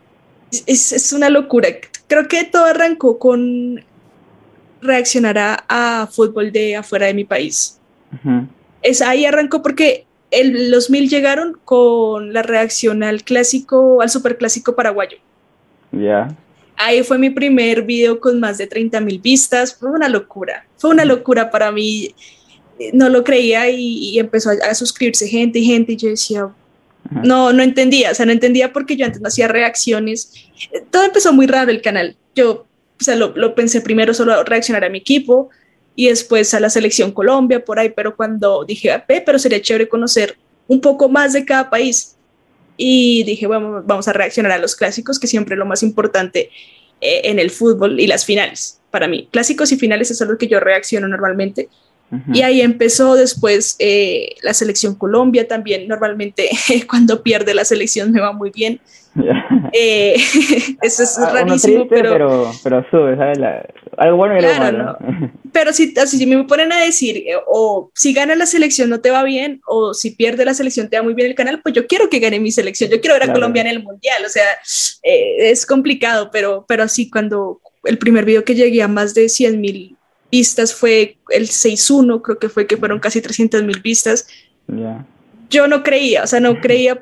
Es una locura. Creo que todo arrancó con reaccionar a fútbol de afuera de mi país. Ujú, Ahí arrancó porque los 1000 llegaron con la reacción al clásico, al superclásico paraguayo. ya. Ahí fue mi primer video con más de 30.000 vistas. Fue una locura para mí. No lo creía y empezó a suscribirse gente y gente y yo decía, Ujú, no entendía, o sea, no entendía porque yo antes no hacía reacciones. Todo empezó muy raro el canal. Yo, o sea, lo pensé primero solo a reaccionar a mi equipo y después a la selección Colombia por ahí, pero cuando dije, pero sería chévere conocer un poco más de cada país y dije, bueno, vamos a reaccionar a los clásicos, que siempre es lo más importante en el fútbol y las finales. Para mí, clásicos y finales es algo que yo reacciono normalmente y ujú. ahí empezó después la selección Colombia también. Normalmente cuando pierde la selección me va muy bien. Ya. Eh, Eso es Uno rarísimo, triste, pero sube, ¿sabes? Algo bueno y algo claro, malo. no. Pero si me ponen a decir, o si gana la selección no te va bien, o si pierde la selección te va muy bien el canal, pues yo quiero que gane mi selección, yo quiero ver a Colombia Claro. en el Mundial, o sea, es complicado, pero sí, cuando el primer video que llegué a más de 100.000 vistas fue el 6-1, creo que fueron casi 300.000 vistas, Ya. yo no creía, o sea, no creía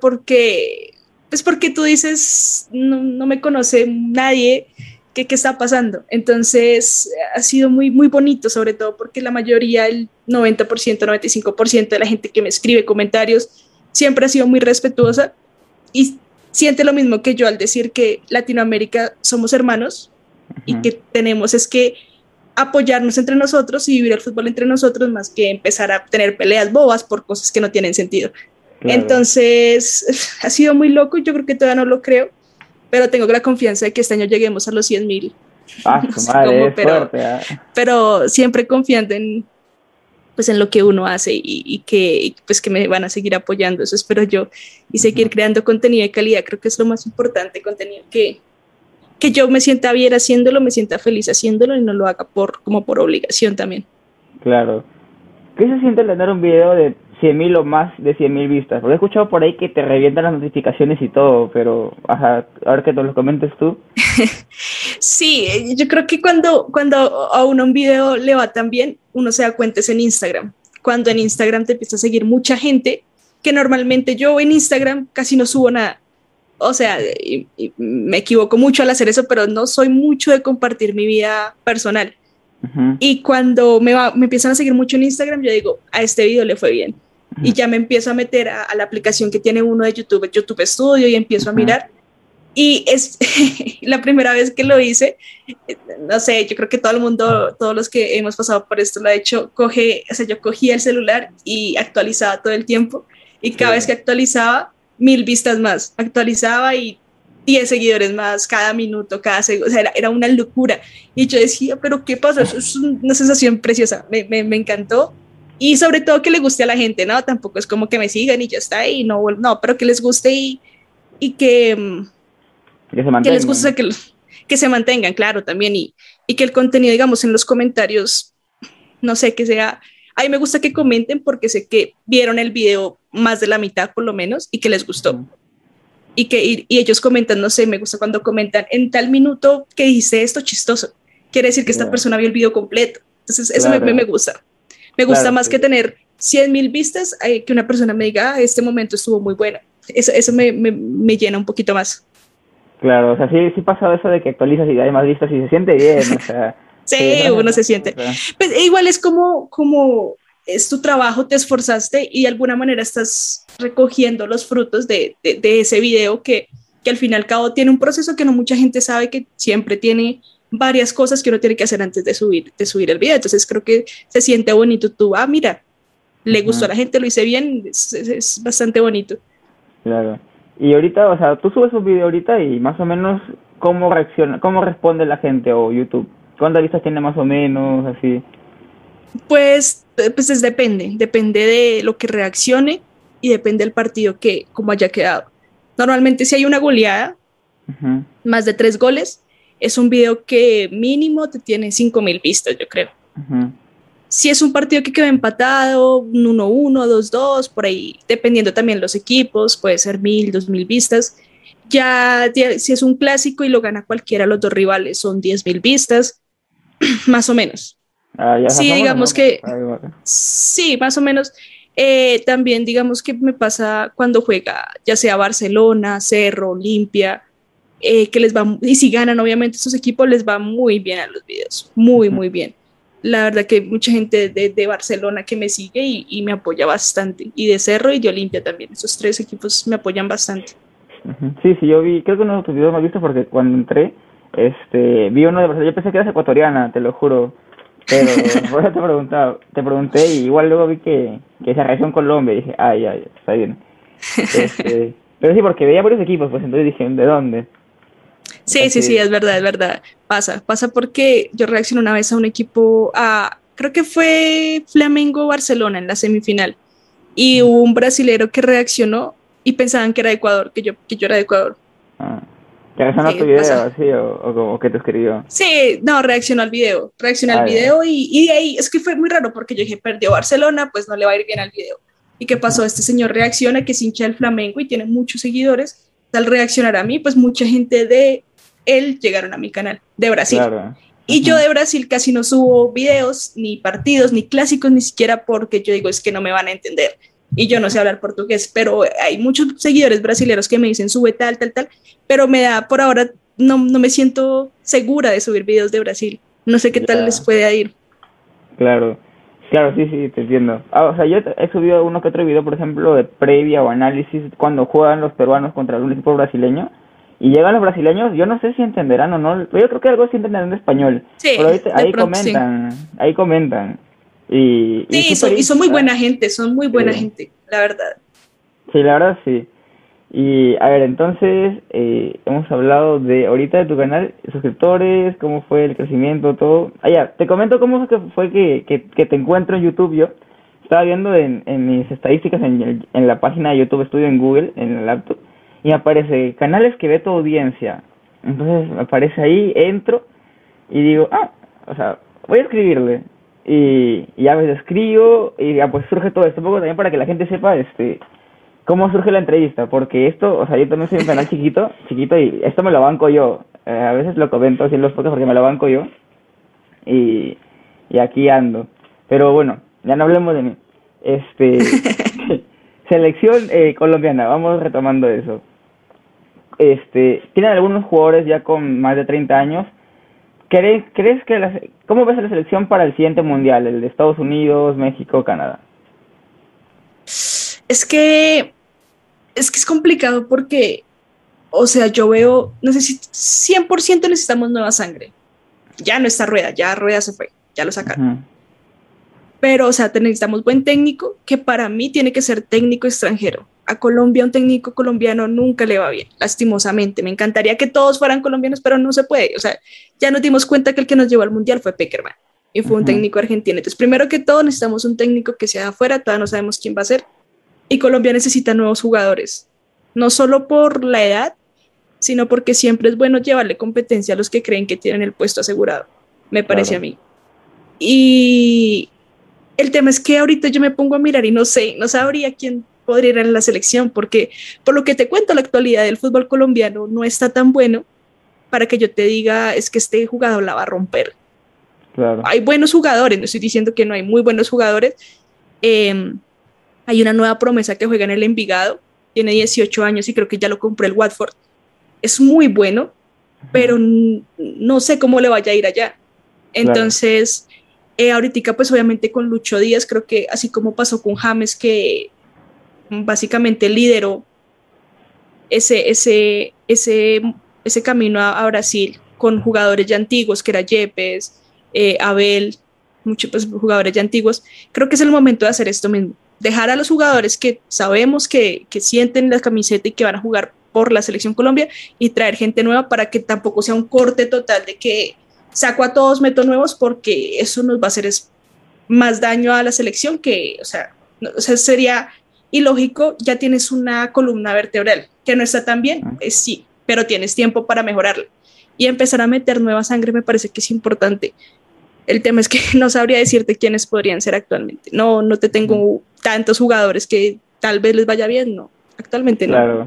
porque tú dices, no me conoce nadie, ¿qué está pasando? Entonces, ha sido muy, muy bonito, sobre todo porque la mayoría, el 90%, 95% de la gente que me escribe comentarios, siempre ha sido muy respetuosa y siente lo mismo que yo al decir que Latinoamérica somos hermanos y Ujú, que tenemos es que apoyarnos entre nosotros y vivir el fútbol entre nosotros más que empezar a tener peleas bobas por cosas que no tienen sentido. claro. Entonces, ha sido muy loco, yo creo que todavía no lo creo, pero tengo la confianza de que este año lleguemos a los 100.000, Ah, no su sé madre, cómo, es fuerte, ¿ah? pero siempre confiando pues, en lo que uno hace y que, pues, que me van a seguir apoyando, eso espero yo, y seguir Ujú, creando contenido de calidad, creo que es lo más importante, contenido que yo me sienta bien haciéndolo, me sienta feliz haciéndolo y no lo haga como por obligación también. claro. ¿Qué se siente tener un video de 100.000 o más de 100.000 vistas? Porque he escuchado por ahí que te revientan las notificaciones y todo, pero ajá, a ver que te lo comentes tú. Sí, yo creo que cuando a uno un video le va tan bien, uno se da cuenta es en Instagram. Cuando en Instagram te empieza a seguir mucha gente, que normalmente yo en Instagram casi no subo nada. O sea, y me equivoco mucho al hacer eso, pero no soy mucho de compartir mi vida personal. Ujú, Y cuando me empiezan a seguir mucho en Instagram, yo digo, a este video le fue bien. Y ujú, ya me empiezo a meter a la aplicación que tiene uno de YouTube, YouTube Studio, y empiezo a ujú. mirar. Y es la primera vez que lo hice, no sé, yo creo que todo el mundo, todos los que hemos pasado por esto lo ha hecho, o sea, yo cogía el celular y actualizaba todo el tiempo. Y cada vez Sí, que actualizaba, 1000 vistas más. Actualizaba y 10 seguidores más cada minuto, cada segundo. O sea, era una locura. Y yo decía, pero ¿qué pasa? Eso es una sensación preciosa. Me encantó. Y sobre todo que le guste a la gente, ¿no? Tampoco es como que me sigan y ya está ahí, no, pero que les guste y que se que les mantengan. guste, que se mantengan, claro, también, y que el contenido, digamos, en los comentarios, no sé, que sea, a mí me gusta que comenten porque sé que vieron el video más de la mitad por lo menos y que les gustó. Ujú, Y ellos comentan, no sé, me gusta cuando comentan, en tal minuto que dijiste esto chistoso, quiere decir que esta ya, persona vio el video completo. Entonces, eso me claro, gusta. Me gusta claro, más sí. que tener 100.000 vistas, que una persona me diga, este momento estuvo muy bueno. Eso me llena un poquito más. Claro, o sea, sí pasa eso de que actualizas y hay más vistas y se siente bien, o sea, sí, Sí, no uno sé, se o siente. sea, Pues igual es como es tu trabajo, te esforzaste y de alguna manera estás recogiendo los frutos de ese video que al fin y al cabo tiene un proceso que no mucha gente sabe, que siempre tiene varias cosas que uno tiene que hacer antes de subir el video. Entonces creo que se siente bonito. Tú, mira, le gustó a ujú, la gente, lo hice bien, es bastante bonito. claro. Y ahorita, o sea, tú subes un video ahorita y más o menos, ¿cómo reacciona, cómo responde la gente o YouTube? ¿Cuántas vistas tiene más o menos, así? Pues depende de lo que reaccione y depende del partido que como haya quedado. Normalmente si hay una goleada, Ujú, más de 3 goles, es un video que mínimo te tiene 5.000 vistas, yo creo. ujú, Si es un partido que quedó empatado, un 1-1, 2-2, por ahí, dependiendo también los equipos, puede ser 1.000, 2.000 vistas. Ya si es un clásico y lo gana cualquiera de los dos rivales, son 10.000 vistas, más o menos. ah, ya, o sea, Sí, somos digamos amigos. que sí, más o menos. También digamos que me pasa cuando juega, ya sea Barcelona, Cerro, Olimpia, que les va, y si ganan obviamente estos equipos, les va muy bien a los videos, muy, Ujú, muy bien. La verdad que hay mucha gente de Barcelona que me sigue y me apoya bastante, y de Cerro y de Olimpia también, esos tres equipos me apoyan bastante. ujú. Sí, sí, yo vi, creo que uno de tus videos me has visto porque cuando entré, vi uno de Brasil, yo pensé que eras ecuatoriana, te lo juro, pero por eso te pregunté y igual luego vi que se región Colombia y dije, ay, ay, está bien. Pero sí, porque veía varios equipos, pues entonces dije, ¿de dónde? Sí, sí, sí, Así, es verdad. Pasa porque yo reaccioné una vez a un equipo, creo que fue Flamengo-Barcelona en la semifinal, y hubo un brasilero que reaccionó y pensaban que era de Ecuador, que yo era de Ecuador. ah, que resonó tu Sí, video, pasa. así, o como que te escribió. Sí, no, reaccionó al Ah, ya. video y de ahí es que fue muy raro porque yo dije, perdió Barcelona, pues no le va a ir bien al video. ¿Y qué pasó? Este señor reacciona, que es hincha del Flamengo y tiene muchos seguidores, al reaccionar a mí, pues mucha gente de él llegaron a mi canal, de Brasil. Claro. Y yo Ujú, de Brasil casi no subo videos, ni partidos, ni clásicos, ni siquiera porque yo digo, es que no me van a entender. Y yo no sé hablar portugués, pero hay muchos seguidores brasileños que me dicen, sube tal, tal, tal, pero me da por ahora, no me siento segura de subir videos de Brasil. No sé qué tal les ya, puede ir. claro. Claro, sí, sí, te entiendo. Ah, o sea, yo he subido uno que otro video, por ejemplo, de previa o análisis cuando juegan los peruanos contra algún equipo brasileño. Y llegan los brasileños, yo no sé si entenderán o no, pero yo creo que algo sí entenderán de español. Pero Sí, ahorita, de pronto sí. ahí comentan. Y Sí, súper, son muy buena gente, son muy sí, buena gente, la verdad. sí, la verdad sí. Y a ver, entonces, hemos hablado de ahorita de tu canal, suscriptores, cómo fue el crecimiento, todo. Ah, ya, te comento cómo fue que te encuentro en YouTube yo. Estaba viendo en mis estadísticas en la página de YouTube Studio en Google, en el laptop, y me aparece canales que ve tu audiencia. Entonces me aparece ahí, entro y digo, o sea, voy a escribirle. Y ya me escribo y ya pues surge todo esto, un poco también para que la gente sepa, cómo surge la entrevista, porque esto, o sea, yo también soy un canal chiquito y esto me lo banco yo. A veces lo comento así en los podcasts porque me lo banco yo y, y aquí ando. Pero bueno, ya no hablemos de mí. Este, selección colombiana, vamos retomando eso. Tienen algunos jugadores ya con más de 30 años. ¿Crees que cómo ves la selección para el siguiente mundial, el de Estados Unidos, México, Canadá? Es que es complicado porque, o sea, yo veo, no sé si 100% necesitamos nueva sangre. Ya no está Rueda, ya Rueda se fue, ya lo sacaron. Ujú, Pero, o sea, necesitamos buen técnico, que para mí tiene que ser técnico extranjero. A Colombia un técnico colombiano nunca le va bien, lastimosamente. Me encantaría que todos fueran colombianos, pero no se puede. O sea, ya nos dimos cuenta que el que nos llevó al Mundial fue Peckerman y fue un ujú, técnico argentino. Entonces, primero que todo, necesitamos un técnico que sea de afuera, todavía no sabemos quién va a ser. Y Colombia necesita nuevos jugadores, no solo por la edad, sino porque siempre es bueno llevarle competencia a los que creen que tienen el puesto asegurado, me parece a claro. mí. Y el tema es que ahorita yo me pongo a mirar y no sé, no sabría quién podría ir en la selección, porque por lo que te cuento, la actualidad del fútbol colombiano no está tan bueno para que yo te diga es que este jugador la va a romper. Claro. Hay buenos jugadores, no estoy diciendo que no hay muy buenos jugadores, Eh, Hay una nueva promesa que juega en el Envigado, tiene 18 años y creo que ya lo compró el Watford. Es muy bueno, pero no sé cómo le vaya a ir allá. Entonces, ahorita pues obviamente con Lucho Díaz, creo que así como pasó con James, que básicamente lideró ese camino a Brasil con jugadores ya antiguos, que era Yepes, Abel, muchos pues, jugadores ya antiguos. Creo que es el momento de hacer esto mismo, dejar a los jugadores que sabemos que sienten la camiseta y que van a jugar por la Selección Colombia y traer gente nueva para que tampoco sea un corte total de que saco a todos, meto nuevos, porque eso nos va a hacer más daño a la selección que, o sea, sería ilógico. Ya tienes una columna vertebral que no está tan bien, sí, pero tienes tiempo para mejorarla. Y empezar a meter nueva sangre me parece que es importante. El tema es que no sabría decirte quiénes podrían ser actualmente. No te tengo tantos jugadores que tal vez les vaya bien, no. Actualmente no. Claro.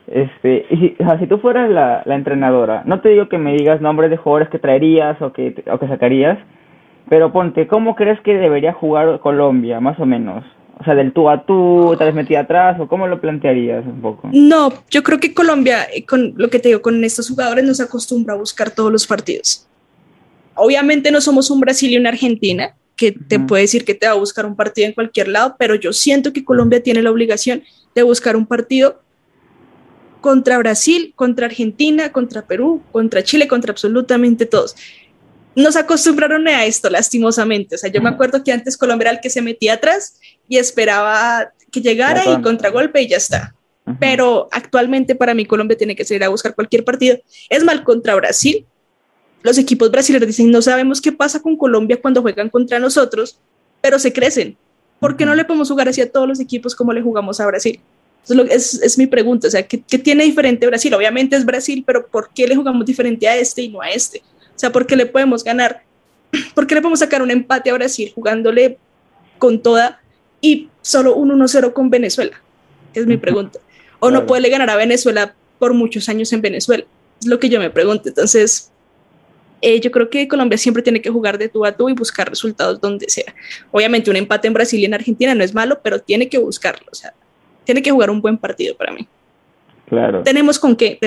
Y si, o sea, si tú fueras la entrenadora, no te digo que me digas nombres de jugadores que traerías o que sacarías, pero ponte, ¿cómo crees que debería jugar Colombia, más o menos? O sea, del tú a tú, tal vez metida atrás, o ¿cómo lo plantearías un poco? No, yo creo que Colombia, con lo que te digo, con estos jugadores nos acostumbra a buscar todos los partidos. Obviamente no somos un Brasil y una Argentina, que te puede decir que te va a buscar un partido en cualquier lado, pero yo siento que Colombia tiene la obligación de buscar un partido contra Brasil, contra Argentina, contra Perú, contra Chile, contra absolutamente todos. Nos acostumbraron a esto, lastimosamente. O sea, yo me acuerdo que antes Colombia era el que se metía atrás y esperaba que llegara y contragolpe y ya está. Pero actualmente para mí Colombia tiene que salir a buscar cualquier partido. Es mal contra Brasil. Los equipos brasileños dicen, no sabemos qué pasa con Colombia cuando juegan contra nosotros, pero se crecen. ¿Por qué no le podemos jugar así a todos los equipos como le jugamos a Brasil? Es mi pregunta. O sea, ¿qué tiene diferente Brasil? Obviamente es Brasil, pero ¿por qué le jugamos diferente a este y no a este? O sea, ¿por qué le podemos ganar? ¿Por qué le podemos sacar un empate a Brasil jugándole con toda y solo un 1-0 con Venezuela? Es mi pregunta. ¿O no puede ganar a Venezuela por muchos años en Venezuela? Es lo que yo me pregunto. Entonces, yo creo que Colombia siempre tiene que jugar de tú a tú y buscar resultados donde sea. Obviamente un empate en Brasil y en Argentina no es malo, pero tiene que buscarlo. O sea, tiene que jugar un buen partido para mí. Claro. ¿Tenemos con qué?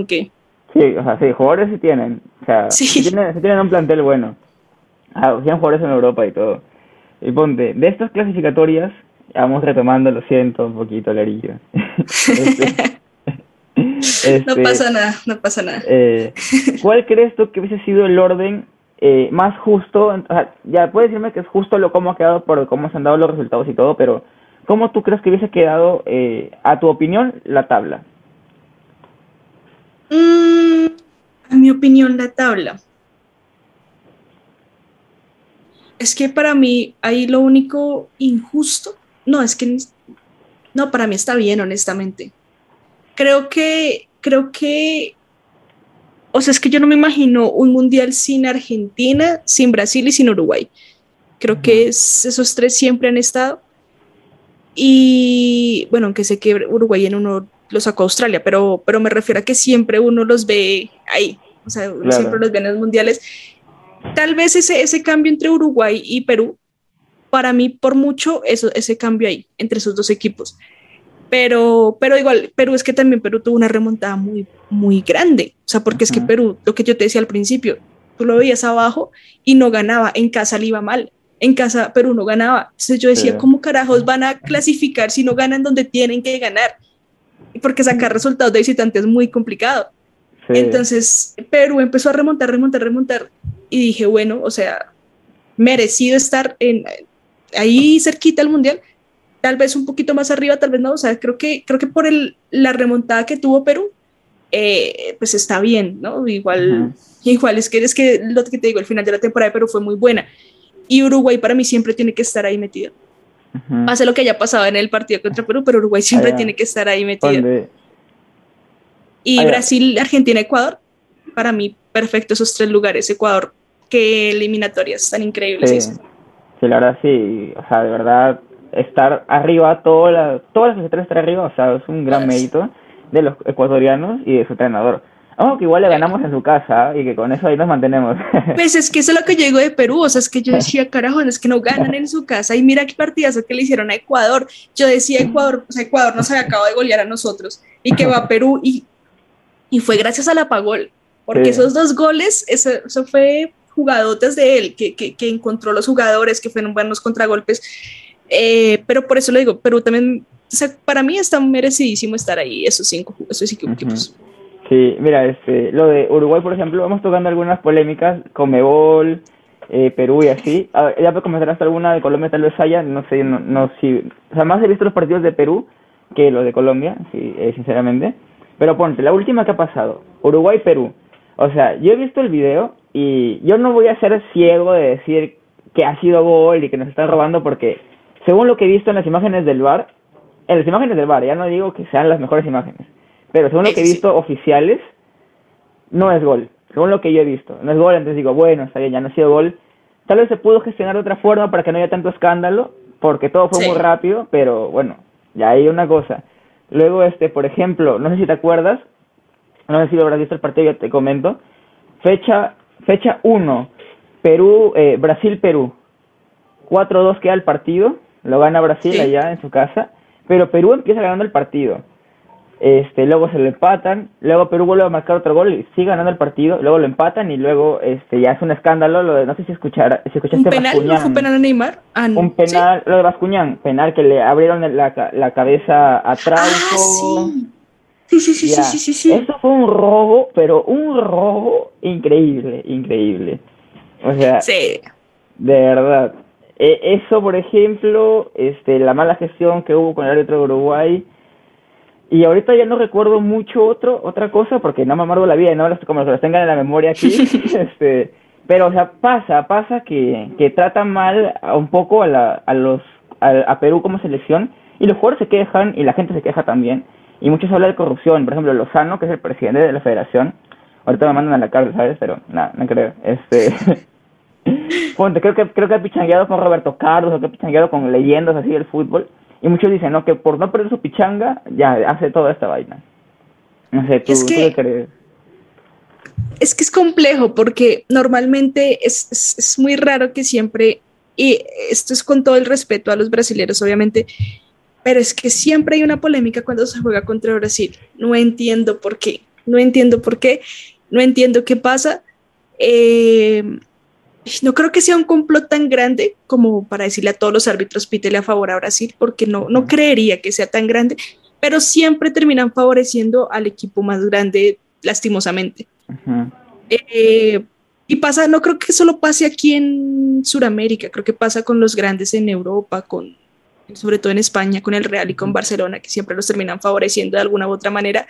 Sí, o sea, sí, jugadores sí tienen. O sea, sí tienen un plantel bueno. Tienen jugadores en Europa y todo. Y ponte, de estas clasificatorias, vamos retomando, lo siento, un poquito, Larillo. No pasa nada. ¿Cuál crees tú que hubiese sido el orden más justo? O sea, ya puedes decirme que es justo cómo ha quedado por cómo se han dado los resultados y todo, pero ¿cómo tú crees que hubiese quedado, a tu opinión, la tabla? En mi opinión, la tabla. Es que para mí ahí lo único injusto, no, para mí está bien, honestamente. Creo que, o sea, es que yo no me imagino un mundial sin Argentina, sin Brasil y sin Uruguay. Creo que esos tres siempre han estado. Y bueno, aunque sé que Uruguay en uno lo sacó a Australia, pero me refiero a que siempre uno los ve ahí. O sea, uno siempre los ve en los mundiales. Tal vez ese cambio entre Uruguay y Perú, para mí por mucho ese cambio ahí, entre esos dos equipos. Pero igual, Perú es que también Perú tuvo una remontada muy, muy grande. O sea, porque es que Perú, lo que yo te decía al principio, tú lo veías abajo y no ganaba, en casa le iba mal. En casa Perú no ganaba. Entonces yo decía, ¿cómo carajos van a clasificar si no ganan donde tienen que ganar? Porque sacar resultados de visitante es muy complicado. Sí. Entonces Perú empezó a remontar y dije, bueno, o sea, merecido estar ahí cerquita del mundial, tal vez un poquito más arriba, tal vez no. O sea, creo que por la remontada que tuvo Perú, pues está bien, ¿no? Igual es que lo que te digo, el final de la temporada de Perú fue muy buena. Y Uruguay para mí siempre tiene que estar ahí metido. Pase lo que haya pasado en el partido contra Perú, pero Uruguay siempre tiene que estar ahí metido. Y Brasil, Argentina, Ecuador, para mí perfecto esos tres lugares. Ecuador, qué eliminatorias tan increíbles. Sí, la verdad sí, o sea, de verdad, estar arriba, todas las tres estar arriba, o sea, es un gran mérito de los ecuatorianos y de su entrenador. Oh, que igual le ganamos en su casa y que con eso ahí nos mantenemos. Pues es que eso es lo que yo digo de Perú, o sea, es que yo decía, carajo, es que no ganan en su casa y mira qué partidazo que le hicieron a Ecuador. Yo decía Ecuador, o sea, Ecuador nos había acabado de golear a nosotros y que va a Perú y fue gracias al apagol, porque Sí. esos 2 goles, eso fue jugadotes de él, que encontró los jugadores, que fueron buenos contragolpes, pero por eso le digo, Perú también, o sea, para mí está merecidísimo estar ahí, esos cinco equipos. Sí, mira, lo de Uruguay, por ejemplo, vamos tocando algunas polémicas, Conmebol, Perú y así. A ver, ya puedo comenzar hasta alguna de Colombia, tal vez haya, no sé, no si, o sea, más he visto los partidos de Perú que los de Colombia, sí, sinceramente. Pero ponte, la última que ha pasado, Uruguay-Perú. O sea, yo he visto el video y yo no voy a ser ciego de decir que ha sido gol y que nos están robando porque, según lo que he visto en las imágenes del VAR, ya no digo que sean las mejores imágenes, pero según lo que he visto oficiales, no es gol. Según lo que yo he visto, no es gol, entonces digo, bueno, está bien, ya no ha sido gol. Tal vez se pudo gestionar de otra forma para que no haya tanto escándalo, porque todo fue muy rápido, pero bueno, ya hay una cosa. Luego, por ejemplo, no sé si te acuerdas, no sé si lo habrás visto el partido, yo te comento. Fecha 1, Perú, Brasil-Perú. 4-2 queda el partido, lo gana Brasil allá en su casa, pero Perú empieza ganando el partido. Luego se lo empatan, luego Perú vuelve a marcar otro gol y sigue ganando el partido, luego lo empatan y luego ya es un escándalo lo de, no sé si escuchaste ¿Un penal? ¿No fue un penal a Neymar? Un penal, ¿sí? Lo de Bascuñán, penal que le abrieron la cabeza a Trauco. Sí. Eso fue un robo, pero un robo increíble. O sea, de verdad. Eso, por ejemplo, la mala gestión que hubo con el árbitro de Uruguay. Y ahorita ya no recuerdo mucho otra cosa porque no me amargo la vida y no como se las tengan en la memoria aquí. Pero, o sea, pasa que tratan mal un poco a Perú como selección y los jugadores se quejan y la gente se queja también. Y muchos hablan de corrupción. Por ejemplo, Lozano, que es el presidente de la federación, ahorita me mandan a la cárcel, ¿sabes? Pero no creo. Ponte, creo que ha pichangueado con Roberto Carlos, o que ha pichangueado con leyendas así del fútbol. Y muchos dicen, no, que por no perder su pichanga, ya hace toda esta vaina. No sé, ¿tú qué crees? Es que es complejo porque normalmente es muy raro que siempre, y esto es con todo el respeto a los brasileños obviamente, pero es que siempre hay una polémica cuando se juega contra Brasil. No entiendo por qué, no entiendo qué pasa. No creo que sea un complot tan grande como para decirle a todos los árbitros pítele a favor a Brasil, porque no creería que sea tan grande, pero siempre terminan favoreciendo al equipo más grande, lastimosamente. Y pasa, no creo que solo pase aquí en Sudamérica, creo que pasa con los grandes en Europa, sobre todo en España, con el Real y con Barcelona, que siempre los terminan favoreciendo de alguna u otra manera.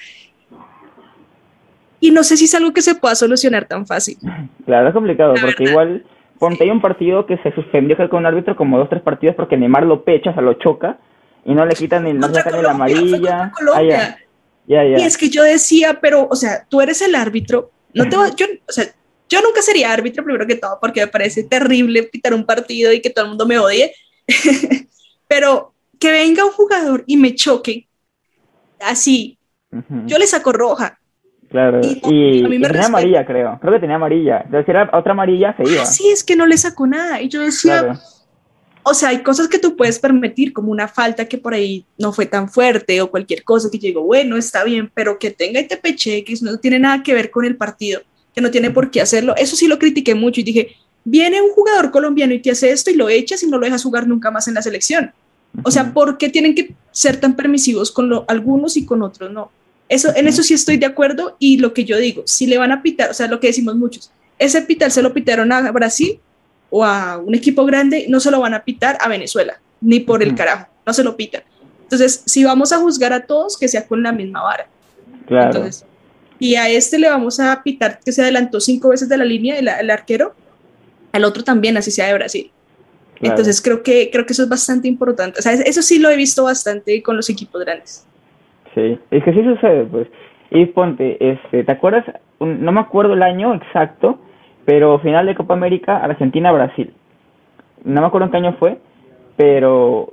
Y no sé si es algo que se pueda solucionar tan fácil. Claro, es complicado, porque igual, ponte hay un partido que se suspendió con un árbitro como 2-3 partidos porque Neymar lo pecha, o sea, lo choca, y no le quitan ni no sacan ni la amarilla. Ya. Y es que yo decía, pero, o sea, tú eres el árbitro, no te va, yo nunca sería árbitro, primero que todo, porque me parece terrible pitar un partido y que todo el mundo me odie, pero que venga un jugador y me choque, así, yo le saco roja. Claro, y tenía amarilla, creo que tenía amarilla, entonces si era otra amarilla se iba. Sí, es que no le sacó nada, y yo decía, o sea, hay cosas que tú puedes permitir, como una falta que por ahí no fue tan fuerte, o cualquier cosa que yo digo, bueno, está bien, pero que tenga y te peche, que eso no tiene nada que ver con el partido, que no tiene por qué hacerlo, eso sí lo critiqué mucho, y dije, viene un jugador colombiano y te hace esto, y lo echas y no lo dejas jugar nunca más en la selección. O sea, ¿por qué tienen que ser tan permisivos con algunos y con otros no? En eso sí estoy de acuerdo, y lo que yo digo, si le van a pitar, o sea, lo que decimos muchos, ese pitar se lo pitaron a Brasil o a un equipo grande, no se lo van a pitar a Venezuela, ni por el carajo, no se lo pitan. Entonces, si vamos a juzgar a todos, que sea con la misma vara. Claro. Entonces, y a le vamos a pitar que se adelantó 5 veces de la línea, el arquero, al otro también, así sea de Brasil. Claro. Entonces, creo que eso es bastante importante. O sea, eso sí lo he visto bastante con los equipos grandes. Sí, es que sí sucede, pues. Y ponte, ¿te acuerdas? No me acuerdo el año exacto, pero final de Copa América, Argentina-Brasil. No me acuerdo en qué año fue, pero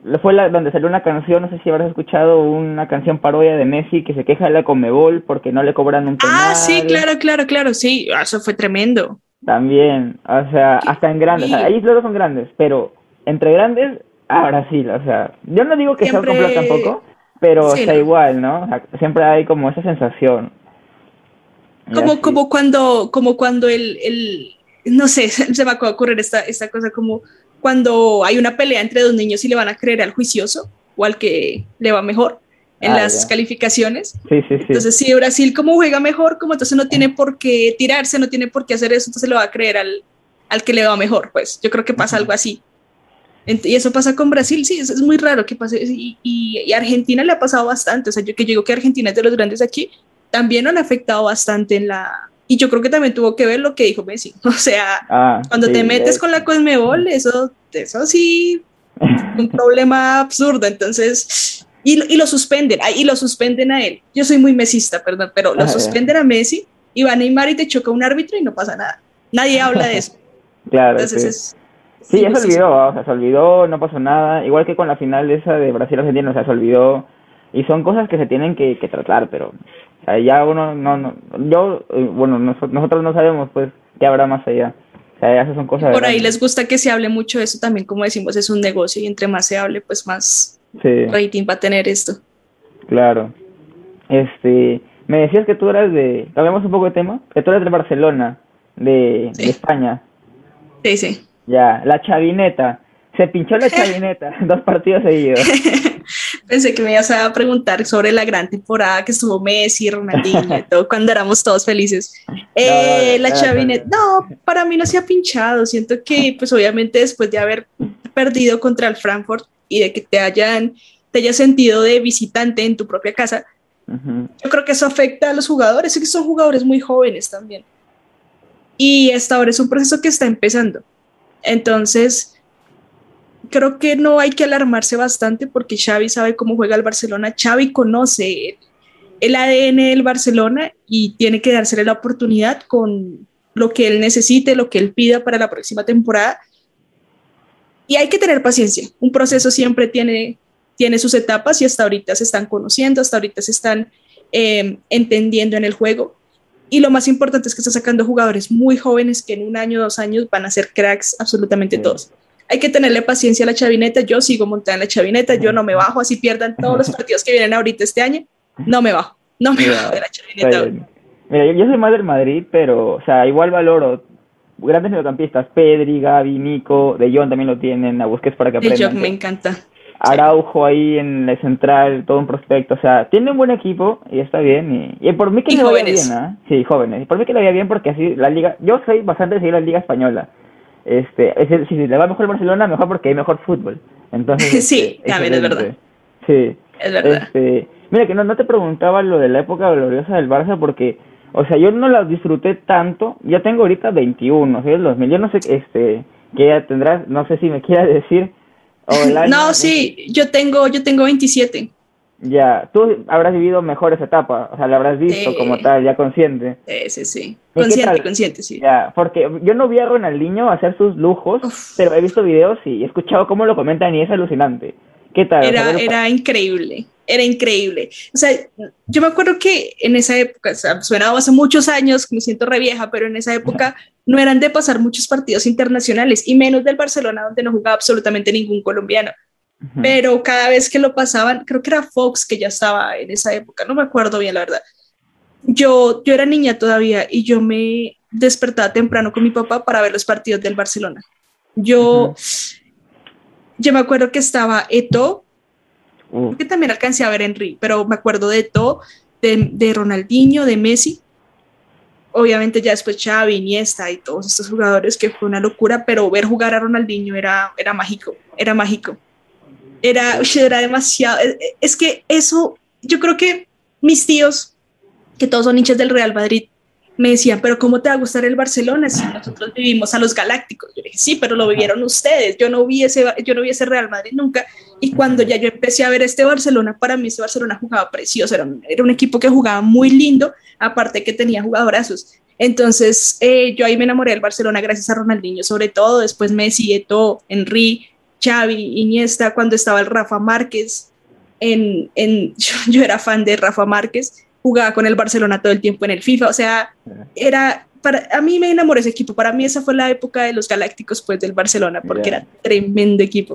fue donde salió una canción, no sé si habrás escuchado una canción parodia de Messi que se queja de la Conmebol porque no le cobran un penal. Ah, sí, claro, sí, eso fue tremendo. También, o sea, hasta en grandes, o sea, ahí todos son grandes, pero entre grandes a Brasil, o sea, yo no digo que sea completo tampoco, pero sí, está igual, ¿no? O sea, siempre hay como esa sensación. Como cuando no sé, se me acaba de ocurrir esta cosa como cuando hay una pelea entre dos niños y le van a creer al juicioso o al que le va mejor en las calificaciones. Sí. Entonces, si Brasil como juega mejor, como entonces no tiene por qué tirarse, no tiene por qué hacer eso, entonces le va a creer al que le va mejor, pues yo creo que pasa algo así. Y eso pasa con Brasil, sí, es muy raro que pase, y a Argentina le ha pasado bastante, o sea, yo digo que Argentina es de los grandes aquí, también han afectado bastante y yo creo que también tuvo que ver lo que dijo Messi, o sea, cuando te metes con la Conmebol, eso sí, un problema absurdo, entonces, y lo suspenden a él, yo soy muy mesista, perdón, pero lo suspenden a Messi, y va a Neymar y te choca un árbitro y no pasa nada, nadie habla de eso. Claro, entonces sí, ya se olvidó, o sea, se olvidó, no pasó nada, igual que con la final esa de Brasil-Argentina, o sea, se olvidó, y son cosas que se tienen que tratar, pero o sea, ya uno nosotros no sabemos, pues, qué habrá más allá, o sea, esas son cosas. Por ahí les gusta que se hable mucho de eso también, como decimos, es un negocio, y entre más se hable, pues más rating va a tener esto. Claro. Me decías que tú eras cambiamos un poco de tema, que tú eres de Barcelona, de España. Sí. Ya, la chavineta. Se pinchó la chavineta 2 partidos seguidos. Pensé que me ibas a preguntar sobre la gran temporada que estuvo Messi, Ronaldinho y todo, cuando éramos todos felices. La chavineta, no, para mí no se ha pinchado. Siento que, pues obviamente después de haber perdido contra el Frankfurt y de que te hayas sentido de visitante en tu propia casa, yo creo que eso afecta a los jugadores, que son jugadores muy jóvenes también. Y hasta ahora es un proceso que está empezando. Entonces, creo que no hay que alarmarse bastante porque Xavi sabe cómo juega el Barcelona. Xavi conoce el ADN del Barcelona y tiene que dársele la oportunidad con lo que él necesite, lo que él pida para la próxima temporada. Y hay que tener paciencia. Un proceso siempre tiene sus etapas y hasta ahorita se están conociendo, hasta ahorita se están entendiendo en el juego. Y lo más importante es que está sacando jugadores muy jóvenes que en 1 año, 2 años van a ser cracks absolutamente todos. Hay que tenerle paciencia a la chavineta. Yo sigo montada en la chavineta, yo no me bajo, así pierdan todos los partidos que vienen ahorita este año, no me bajo de la chavineta. Mira, yo soy más del Madrid, pero, o sea, igual valoro grandes mediocampistas, Pedri, Gavi, Nico, De Jong también lo tienen, a Busquets para que aprendan. De Jong me encanta. Araujo ahí en el central, todo un prospecto, o sea, tiene un buen equipo y está bien, y por mí que le vaya bien, ¿eh? Sí, jóvenes, y por mí que le vaya bien porque así la liga, yo soy bastante de seguir la liga española, si le va mejor el Barcelona, mejor porque hay mejor fútbol, entonces sí, también es verdad. Sí, es verdad. Mira que no te preguntaba lo de la época gloriosa del Barça porque, o sea, yo no la disfruté tanto, ya tengo ahorita 21, soy del 2000, yo no sé, qué edad tendrás, no sé si me quieras decir. No, sí, yo tengo 27. Ya, tú habrás vivido mejor esa etapa, o sea, la habrás visto como tal, ya consciente. Sí. Consciente, sí. Ya, porque yo no vi a Ronaldinho hacer sus lujos, pero he visto videos y he escuchado cómo lo comentan y es alucinante. ¿Qué tal? Era increíble, era increíble. O sea, yo me acuerdo que en esa época, o sea, suena hace muchos años, me siento re vieja, pero en esa época no eran de pasar muchos partidos internacionales, y menos del Barcelona, donde no jugaba absolutamente ningún colombiano. Pero cada vez que lo pasaban, creo que era Fox que ya estaba en esa época, no me acuerdo bien la verdad. Yo era niña todavía y yo me despertaba temprano con mi papá para ver los partidos del Barcelona. Yo me acuerdo que estaba Eto'o, que también alcancé a ver Henry, pero me acuerdo de Eto'o, de Ronaldinho, de Messi. Obviamente ya después Xavi, Iniesta y todos estos jugadores, que fue una locura, pero ver jugar a Ronaldinho era mágico, era mágico. Era demasiado, es que eso, yo creo que mis tíos, que todos son hinchas del Real Madrid, me decían, pero ¿cómo te va a gustar el Barcelona si nosotros vivimos a los Galácticos? Yo dije, sí, pero lo vivieron ustedes, yo no vi ese Real Madrid nunca, y cuando ya yo empecé a ver este Barcelona, para mí este Barcelona jugaba precioso, era un equipo que jugaba muy lindo, aparte que tenía jugadorazos. Entonces yo ahí me enamoré del Barcelona gracias a Ronaldinho, sobre todo, después Messi, Eto'o, Henry, Xavi, Iniesta, cuando estaba el Rafa Márquez, yo era fan de Rafa Márquez, jugaba con el Barcelona todo el tiempo en el FIFA, o sea, a mí me enamoró ese equipo, para mí esa fue la época de los Galácticos pues del Barcelona, porque era tremendo equipo.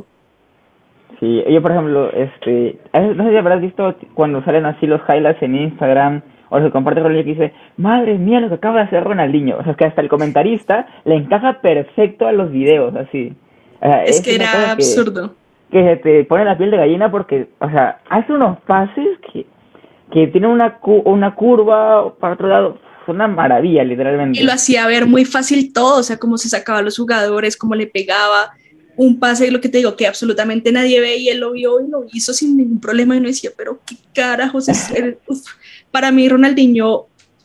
Sí, yo por ejemplo, no sé si habrás visto cuando salen así los highlights en Instagram, o se comparte con el que dice, madre mía lo que acaba de hacer Ronaldinho, o sea, es que hasta el comentarista le encaja perfecto a los videos, así. Es que era absurdo. Que se te pone la piel de gallina porque, o sea, hace unos pases que tienen una curva para otro lado, es una maravilla, literalmente. Y lo hacía ver muy fácil todo, o sea, cómo se sacaba a los jugadores, cómo le pegaba un pase, lo que te digo, que absolutamente nadie ve, y él lo vio y lo hizo sin ningún problema, y uno decía, pero qué carajos es él. Para mí, Ronaldinho,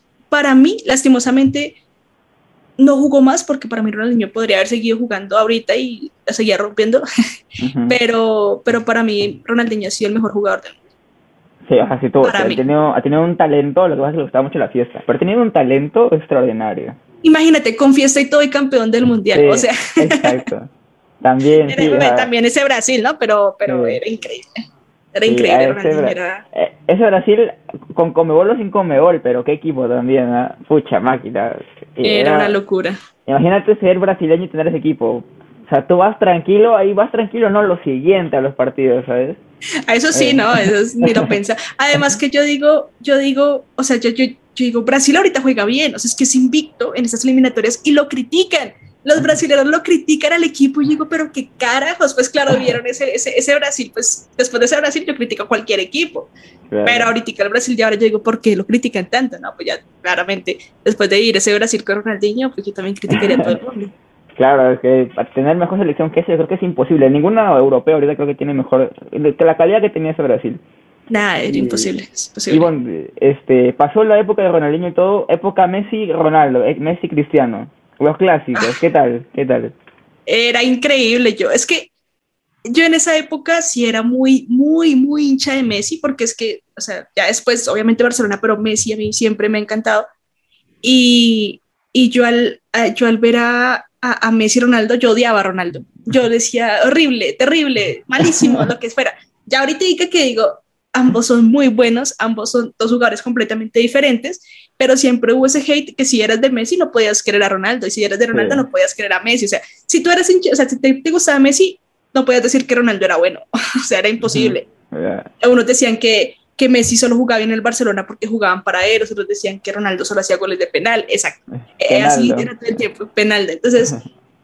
lastimosamente, no jugó más, porque para mí Ronaldinho podría haber seguido jugando ahorita y la seguía rompiendo, pero para mí Ronaldinho ha sido el mejor jugador del mundo. Sí, o sea, sí, ha tenido un talento, lo que pasa es que le gustaba mucho la fiesta, pero ha tenido un talento extraordinario. Imagínate, con fiesta y todo y campeón del mundial, sí, o sea. Exacto. También, también ese Brasil, ¿no? Pero era increíble. Era increíble, Ronaldinho ese Brasil, con Conmebol o sin Conmebol, pero qué equipo también, ¿eh? Pucha máquina. Era una locura. Imagínate ser brasileño y tener ese equipo. O sea, tú vas tranquilo, no lo siguiente a los partidos, ¿sabes? A eso sí, no, eso ni lo piensa. Además que yo digo, o sea, yo digo, Brasil ahorita juega bien, o sea, es que es invicto en estas eliminatorias y lo critican. Los brasileños lo critican al equipo y digo, pero qué carajos, pues claro, vieron ese Brasil, pues después de ese Brasil yo critico a cualquier equipo, claro. Pero ahorita el Brasil ya ahora yo digo, ¿por qué lo critican tanto? No, pues ya claramente, después de ir ese Brasil con Ronaldinho, pues yo también criticaría a todo el mundo. Claro, es que para tener mejor selección que ese, yo creo que es imposible. Ninguna europea ahorita creo que tiene mejor, la calidad que tenía ese Brasil. Nada, es imposible. Y bueno, pasó la época de Ronaldinho y todo, época Messi-Ronaldo, Messi-Cristiano. Los clásicos, ¿qué tal? Era increíble. Es que yo en esa época sí era muy, muy, muy hincha de Messi, porque es que, o sea, ya después, obviamente Barcelona, pero Messi a mí siempre me ha encantado. Y yo al ver a Messi y Ronaldo, yo odiaba a Ronaldo. Yo decía, horrible, terrible, malísimo, lo que fuera. Ya ahorita que digo, ambos son muy buenos, ambos son dos jugadores completamente diferentes, pero siempre hubo ese hate que si eras de Messi no podías querer a Ronaldo, y si eras de Ronaldo no podías querer a Messi. O sea, si tú eras o sea, si te gustaba Messi, no podías decir que Ronaldo era bueno. O sea, era imposible. Unos decían que Messi solo jugaba bien en el Barcelona porque jugaban para él, otros decían que Ronaldo solo hacía goles de penal. Exacto. Así era todo el tiempo, penal. Entonces,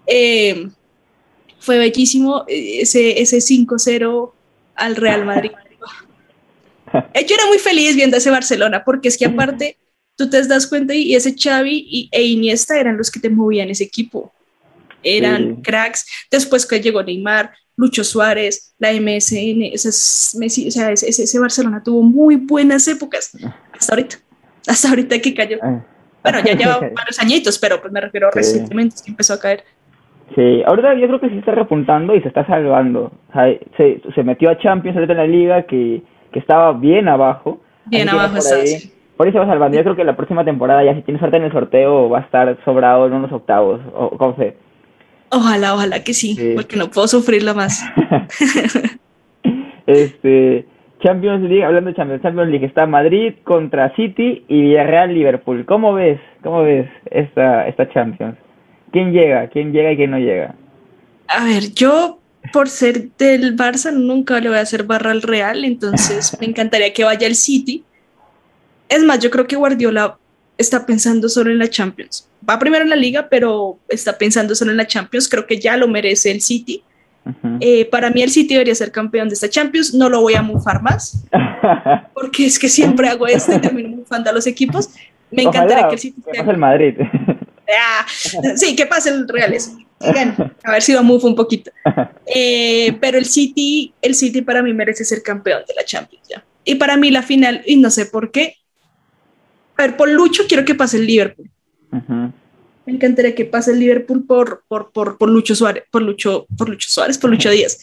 fue bellísimo ese 5-0 al Real Madrid. Yo era muy feliz viendo ese Barcelona, porque es que aparte tú te das cuenta y ese Xavi e Iniesta eran los que te movían ese equipo. Eran cracks. Después que llegó Neymar, Lucho Suárez, la MSN, Messi, o sea, ese Barcelona tuvo muy buenas épocas hasta ahorita que cayó. Bueno, ya lleva varios añitos, pero pues me refiero recientemente que empezó a caer. Sí, ahorita yo creo que sí está repuntando y se está salvando. O sea, se metió a Champions ahorita en la liga que estaba bien abajo. Bien abajo está. Por eso se va salvando. Yo creo que la próxima temporada, ya si tiene suerte en el sorteo, va a estar sobrado en unos octavos. ¿Cómo sé? Ojalá que sí, porque no puedo sufrirlo más. Champions League, hablando de Champions League, está Madrid contra City y Villarreal-Liverpool. ¿Cómo ves esta Champions? ¿Quién llega y quién no llega? A ver, yo por ser del Barça nunca le voy a hacer barra al Real, entonces me encantaría que vaya el City. Es más, yo creo que Guardiola está pensando solo en la Champions. Va primero en la Liga, pero está pensando solo en la Champions. Creo que ya lo merece el City. Para mí el City debería ser campeón de esta Champions. No lo voy a mufar más, porque es que siempre hago esto y termino mufando a los equipos. Me encantaría que el City sea el Madrid. Sí, que pase el Real eso. A ver si lo mufo un poquito. Pero el City para mí merece ser campeón de la Champions ya. Y para mí la final, y no sé por qué. A ver, por Lucho quiero que pase el Liverpool. Me encantaría que pase el Liverpool por Lucho Suárez, por Lucho Díaz.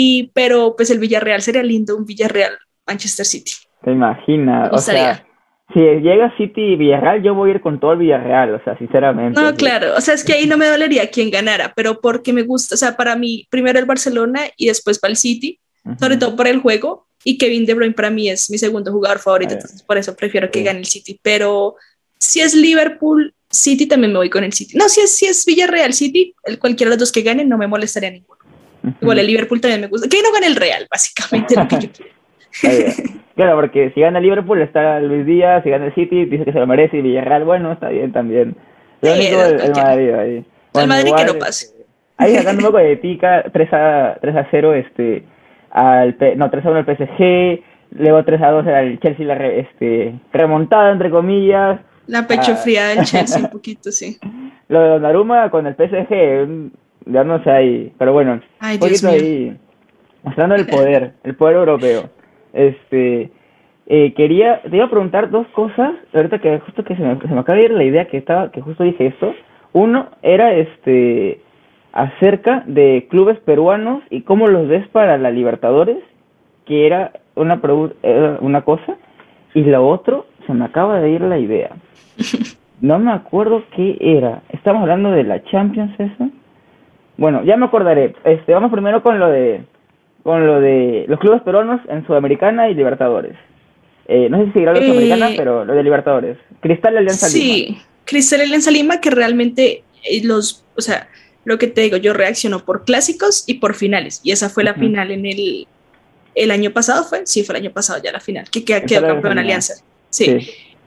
Pero pues el Villarreal sería lindo, un Villarreal Manchester City. ¿Te imaginas? O sea, si llega City y Villarreal, yo voy a ir con todo el Villarreal, o sea, sinceramente. No, así. claro, o sea, es que ahí no me dolería quién ganara, pero porque me gusta, o sea, para mí, primero el Barcelona y después para el City, sobre todo por el juego, y Kevin De Bruyne para mí es mi segundo jugador favorito, entonces por eso prefiero que gane el City, pero si es Liverpool, City también me voy con el City. No, si es Villarreal, City, cualquiera de los dos que ganen no me molestaría ninguno. Igual el Liverpool también me gusta, que no gane el Real, básicamente lo que yo quiero. Claro, porque si gana Liverpool está Luis Díaz, si gana el City dice que se lo merece, y Villarreal, bueno, está bien también. Lo único el Madrid ahí. Bueno, el Madrid igual, que no pase. Ahí sacando un poco de pica, 3-0 3-1 el PSG, luego 3-2 era el Chelsea, remontada entre comillas. La pecho fría del Chelsea un poquito, sí. Lo de Donnarumma con el PSG, ya no sé ahí, pero bueno, un poquito ahí mostrando el poder europeo. Te iba a preguntar dos cosas, ahorita que justo que se me acaba de ir la idea que justo dije esto. Uno era acerca de clubes peruanos y cómo los ves para la Libertadores, que era una cosa, y lo otro, se me acaba de ir la idea. No me acuerdo qué era. ¿Estamos hablando de la Champions eso? Bueno, ya me acordaré. Vamos primero con lo de los clubes peruanos en Sudamericana y Libertadores. No sé si seguirá la Sudamericana, pero lo de Libertadores. Cristal Alianza Lima. Sí, Cristal Alianza Lima, que realmente lo que te digo, yo reacciono por clásicos y por finales. Y esa fue la final en el año pasado, ¿fue? Sí, fue el año pasado ya la final, que quedó campeón Alianza. Sí.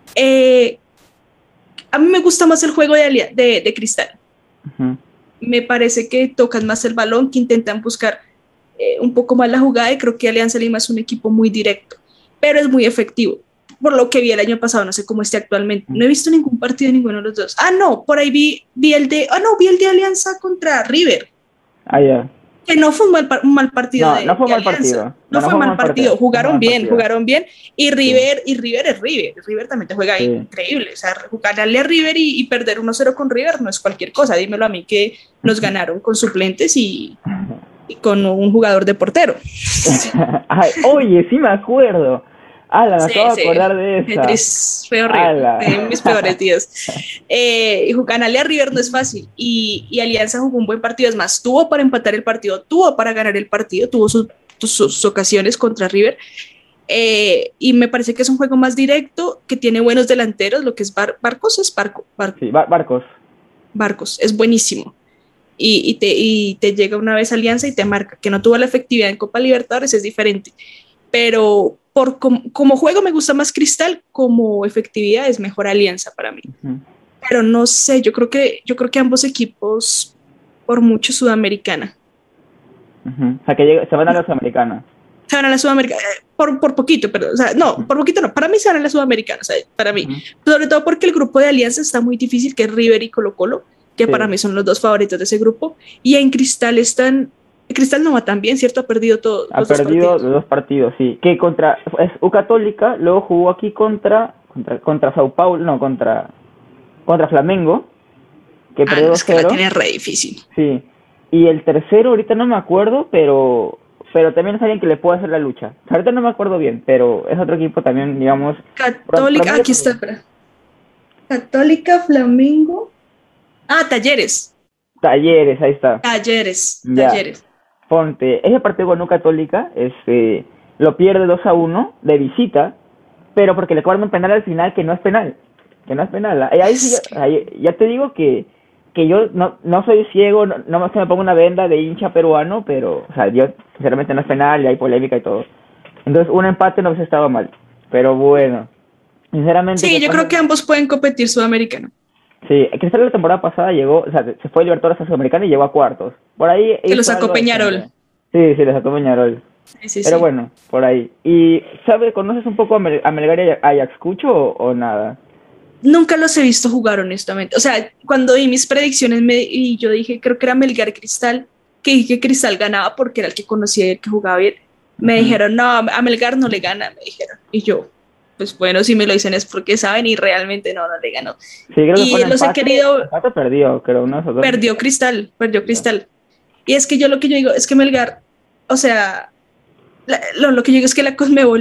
A mí me gusta más el juego de Cristal. Me parece que tocan más el balón, que intentan buscar un poco más la jugada, y creo que Alianza Lima es un equipo muy directo, pero es muy efectivo. Por lo que vi el año pasado, no sé cómo esté actualmente. No he visto ningún partido de ninguno de los dos. No, por ahí vi el de Alianza contra River. Ya. Que no fue un mal partido. No fue mal partido. No fue mal partido. Jugaron bien. Y River es River. River también te juega increíble. O sea, ganarle a River y perder 1-0 con River no es cualquier cosa. Dímelo a mí, que nos ganaron con suplentes y con un jugador de portero. Oye, sí me acuerdo. Me acabo de acordar de esa. Fue horrible, de mis peores días. Ganarle a River no es fácil, y Alianza jugó un buen partido. Es más, tuvo para empatar el partido, tuvo para ganar el partido, tuvo sus ocasiones contra River, y me parece que es un juego más directo, que tiene buenos delanteros. Lo que es Barcos, Sí, Barcos. Barcos, es buenísimo. Y te llega una vez Alianza y te marca. Que no tuvo la efectividad en Copa Libertadores es diferente, pero como juego me gusta más Cristal, como efectividad es mejor Alianza para mí. Pero no sé, yo creo que ambos equipos, por mucho, Sudamericana. O sea, que se van a la Sudamericana. Se van a la Sudamericana, por poquito, pero, o sea, no, por poquito no, para mí se van a la Sudamericana, o sea, para mí. Sobre todo porque el grupo de Alianza está muy difícil, que es River y Colo-Colo, que para mí son los dos favoritos de ese grupo, y en Cristal Cristal no va tan bien, ¿cierto? Ha perdido todos los dos partidos, sí. Que es U Católica, luego jugó aquí contra Sao Paulo, no, contra Flamengo, que perdió 2-0. Es que la tiene re difícil. Sí. Y el tercero, ahorita no me acuerdo, pero también es alguien que le puede hacer la lucha. Ahorita no me acuerdo bien, pero es otro equipo también, digamos. Católica, aquí está, espera. Católica, Flamengo. Talleres. Ahí está. Talleres. Ponte, ese partido con U Católica, lo pierde 2-1 de visita, pero porque le cobran un penal al final que no es penal. Ahí ya te digo que yo no soy ciego, no me pongo una venda de hincha peruano, pero, o sea, yo sinceramente no es penal y hay polémica y todo. Entonces, un empate no hubiese estado mal, pero bueno, sinceramente. Sí, yo creo que ambos pueden competir sudamericano. Sí, Cristal la temporada pasada se fue Libertadores a Sudamericana y llegó a cuartos. Por ahí. Que lo sacó Peñarol. Sí, lo sacó Peñarol. Sí. Pero bueno, por ahí. ¿Y conoces un poco a Melgar y Ayacucho o nada? Nunca los he visto jugar, honestamente. O sea, cuando di mis predicciones y yo dije, creo que era Melgar Cristal, que dije que Cristal ganaba porque era el que conocía y el que jugaba bien. Me dijeron, no, a Melgar no le gana, me dijeron. Y yo, pues bueno, si me lo dicen es porque saben, y realmente no le ganó. Sí, creo que y los he querido. Perdió, creo, ¿no? Perdió Cristal. Y es que lo que yo digo es que Melgar, o sea, lo que yo digo es que la Conmebol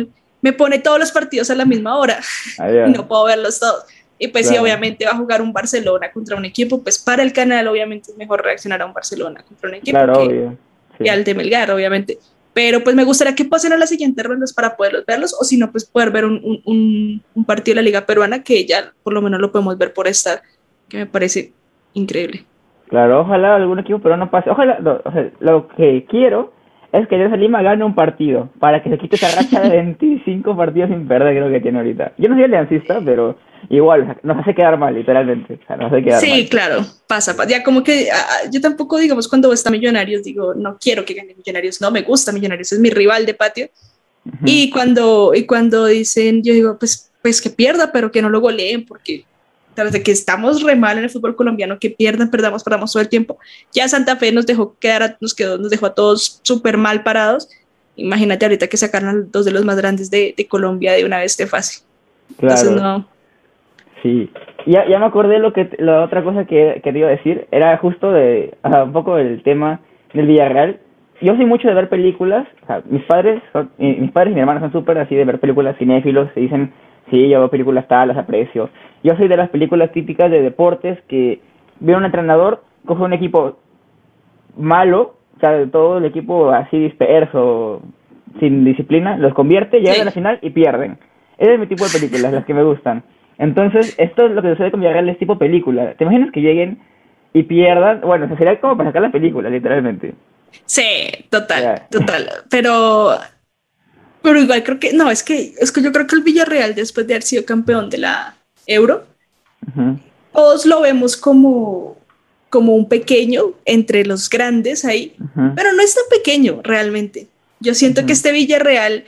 me pone todos los partidos a la misma hora y no puedo verlos todos. Y pues sí, obviamente va a jugar un Barcelona contra un equipo, pues para el canal obviamente es mejor reaccionar a un Barcelona contra un equipo que al de Melgar, obviamente. Pero pues me gustaría que pasen a las siguientes rondas para poderlos verlos, o si no, pues poder ver un partido de la Liga Peruana, que ya por lo menos lo podemos ver por esta, que me parece increíble. Claro, ojalá algún equipo peruano pase. Ojalá, no, o sea, lo que quiero es que Alianza Lima gane un partido, para que se quite esa racha de 25 partidos sin perder, creo que tiene ahorita. Yo no soy aliancista, pero igual, o sea, nos hace quedar mal, literalmente. O sea, nos hace quedar mal. Claro, pasa. Ya como que yo tampoco, digamos, cuando está Millonarios, digo, no quiero que gane Millonarios, no me gusta Millonarios, es mi rival de patio. Y cuando dicen, yo digo, pues que pierda, pero que no lo goleen, porque tras de que estamos re mal en el fútbol colombiano, que perdamos todo el tiempo. Ya Santa Fe nos dejó a todos súper mal parados. Imagínate ahorita que sacaron a dos de los más grandes de Colombia de una vez de fácil. Claro. Entonces no. Sí, ya me acordé la otra cosa que te iba a decir, era justo un poco el tema del Villarreal. Yo soy mucho de ver películas, o sea, mis padres y mi hermana son súper así de ver películas, cinéfilos, y dicen, sí, yo veo películas tal, las aprecio. Yo soy de las películas típicas de deportes que veo un entrenador, coge un equipo malo, o sea, todo el equipo así disperso, sin disciplina, los convierte, llegan a la final y pierden. Ese es mi tipo de películas, las que me gustan. Entonces, esto es lo que sucede con Villarreal, es tipo película. ¿Te imaginas que lleguen y pierdan? Bueno, sería como para sacar la película, literalmente. Sí, total. Pero igual creo que, no, es que yo creo que el Villarreal, después de haber sido campeón de la Euro, todos lo vemos como un pequeño entre los grandes ahí, pero no es tan pequeño realmente. Yo siento que este Villarreal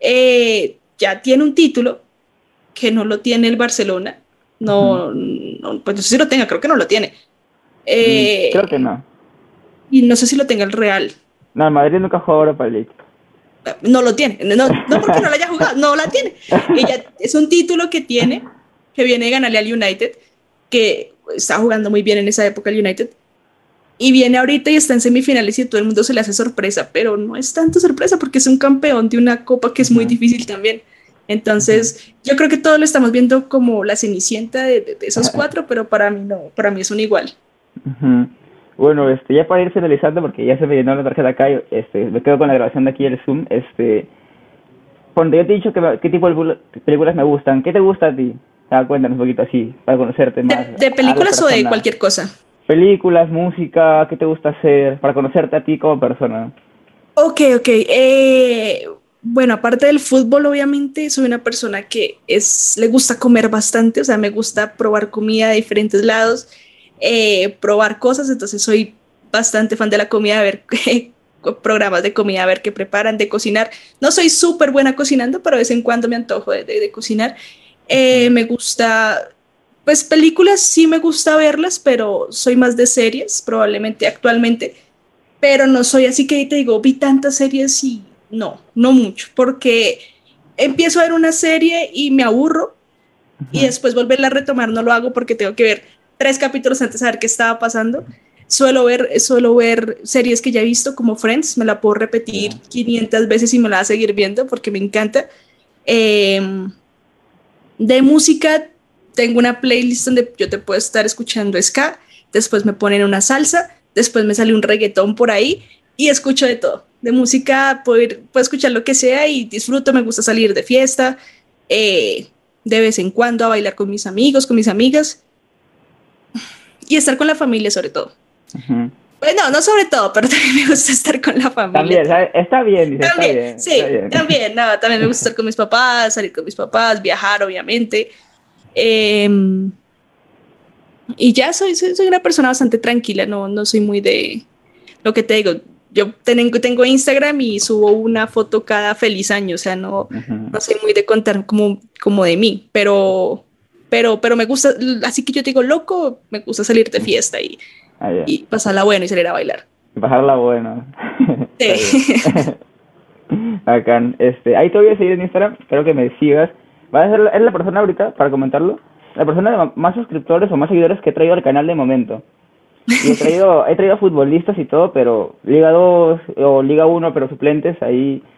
ya tiene un título que no lo tiene el Barcelona. No, pues no sé si lo tenga, creo que no lo tiene. Creo que no. Y no sé si lo tenga el Real. No, el Madrid nunca jugó Europa League. No lo tiene. No porque no la haya jugado, no la tiene. Ella es un título que tiene, que viene de ganarle al United, que está jugando muy bien en esa época el United. Y viene ahorita y está en semifinales y todo el mundo se le hace sorpresa, pero no es tanto sorpresa porque es un campeón de una copa que es muy difícil también. Entonces, yo creo que todos lo estamos viendo como la cenicienta de esos cuatro, pero para mí no, para mí es un igual. Bueno, ya para ir finalizando, porque ya se me llenó la tarjeta acá, me quedo con la grabación de aquí del Zoom. Cuando yo te he dicho qué tipo de películas me gustan, ¿qué te gusta a ti? Cuéntanos un poquito así, para conocerte más. ¿De películas o de cualquier cosa? Películas, música, ¿qué te gusta hacer? Para conocerte a ti como persona. Ok. Bueno, aparte del fútbol, obviamente, soy una persona que le gusta comer bastante, o sea, me gusta probar comida de diferentes lados, probar cosas, entonces soy bastante fan de la comida, a ver programas de comida, a ver qué preparan, de cocinar. No soy súper buena cocinando, pero de vez en cuando me antojo de cocinar. Me gusta, pues películas sí me gusta verlas, pero soy más de series, probablemente actualmente, pero no soy así que te digo, vi tantas series y no mucho, porque empiezo a ver una serie y me aburro y después volverla a retomar no lo hago porque tengo que ver 3 capítulos antes de saber qué estaba pasando. Suelo ver series que ya he visto como Friends, me la puedo repetir 500 veces y me la voy a seguir viendo porque me encanta. De música tengo una playlist donde yo te puedo estar escuchando ska, después me ponen una salsa, después me sale un reggaetón por ahí y escucho de todo. De música puedo escuchar lo que sea y disfruto, me gusta salir de fiesta, de vez en cuando a bailar con mis amigos, con mis amigas y estar con la familia sobre todo. Bueno, no sobre todo, pero también me gusta estar con la familia. También, está bien. Sí, está bien. También me gusta estar con mis papás, salir con mis papás, viajar obviamente. Y ya soy una persona bastante tranquila, no soy muy de lo que te digo. Yo tengo Instagram y subo una foto cada feliz año, o sea, no soy muy de contar como de mí, pero me gusta, así que yo te digo, loco, me gusta salir de fiesta y pasarla bueno y salir a bailar. Y pasarla bueno. Sí. Bacán. Ahí te voy a seguir en Instagram, espero que me sigas. Es la persona ahorita, para comentarlo, la persona de más suscriptores o más seguidores que he traído al canal de momento. Y he traído futbolistas y todo, pero Liga 2 o Liga 1, pero suplentes, ahí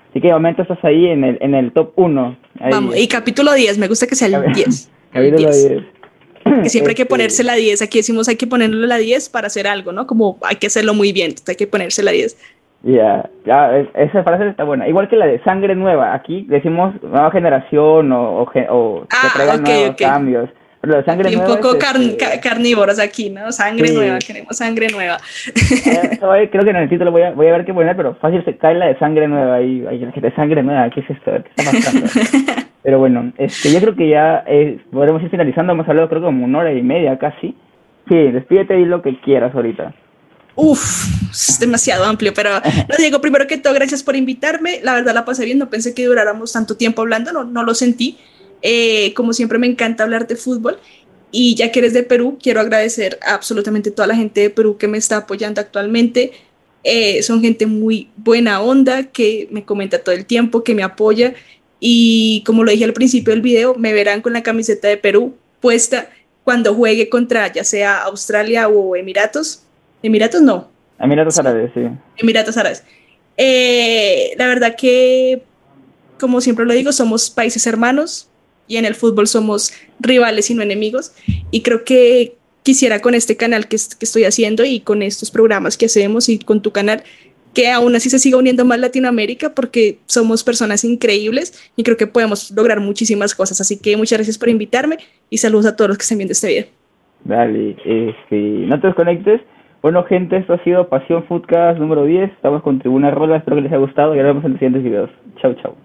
Así que de momento estás ahí en el top 1. Vamos, y capítulo 10, me gusta que sea el 10. Capítulo 10. Que siempre hay que ponerse la 10. Aquí decimos hay que ponerle la 10 para hacer algo, ¿no? Como hay que hacerlo muy bien, entonces hay que ponerse la 10. Ya, esa frase está buena. Igual que la de sangre nueva. Aquí decimos nueva generación o que traigan nuevos cambios. Pero la de sangre nueva. Un poco carnívoros aquí, ¿no? Sangre nueva, queremos sangre nueva. Creo que en el título voy a ver qué poner, pero fácil se cae la de sangre nueva. Ahí de sangre nueva, ¿qué es esto? ¿Qué está pasando? Pero bueno, yo creo que ya podremos ir finalizando. Hemos hablado creo como 1 hora y media casi. Sí, despídete y lo que quieras ahorita. Es demasiado amplio, pero no, Diego, primero que todo, gracias por invitarme. La verdad la pasé bien, no pensé que duráramos tanto tiempo hablando, no lo sentí. Como siempre me encanta hablar de fútbol y ya que eres de Perú, quiero agradecer a absolutamente toda la gente de Perú que me está apoyando actualmente. Son gente muy buena onda, que me comenta todo el tiempo, que me apoya y como lo dije al principio del video, me verán con la camiseta de Perú puesta cuando juegue contra ya sea Australia o Emiratos. Emiratos no. Emiratos Árabes, sí. Emiratos Árabes. La verdad que, como siempre lo digo, somos países hermanos y en el fútbol somos rivales y no enemigos. Y creo que quisiera con este canal que estoy haciendo y con estos programas que hacemos y con tu canal, que aún así se siga uniendo más Latinoamérica porque somos personas increíbles y creo que podemos lograr muchísimas cosas. Así que muchas gracias por invitarme y saludos a todos los que estén viendo este video. Dale, no te desconectes. Bueno, gente, esto ha sido Pasión Footcast número 10. Estamos con Tribuna Rola. Espero que les haya gustado y nos vemos en los siguientes videos. Chau, chau.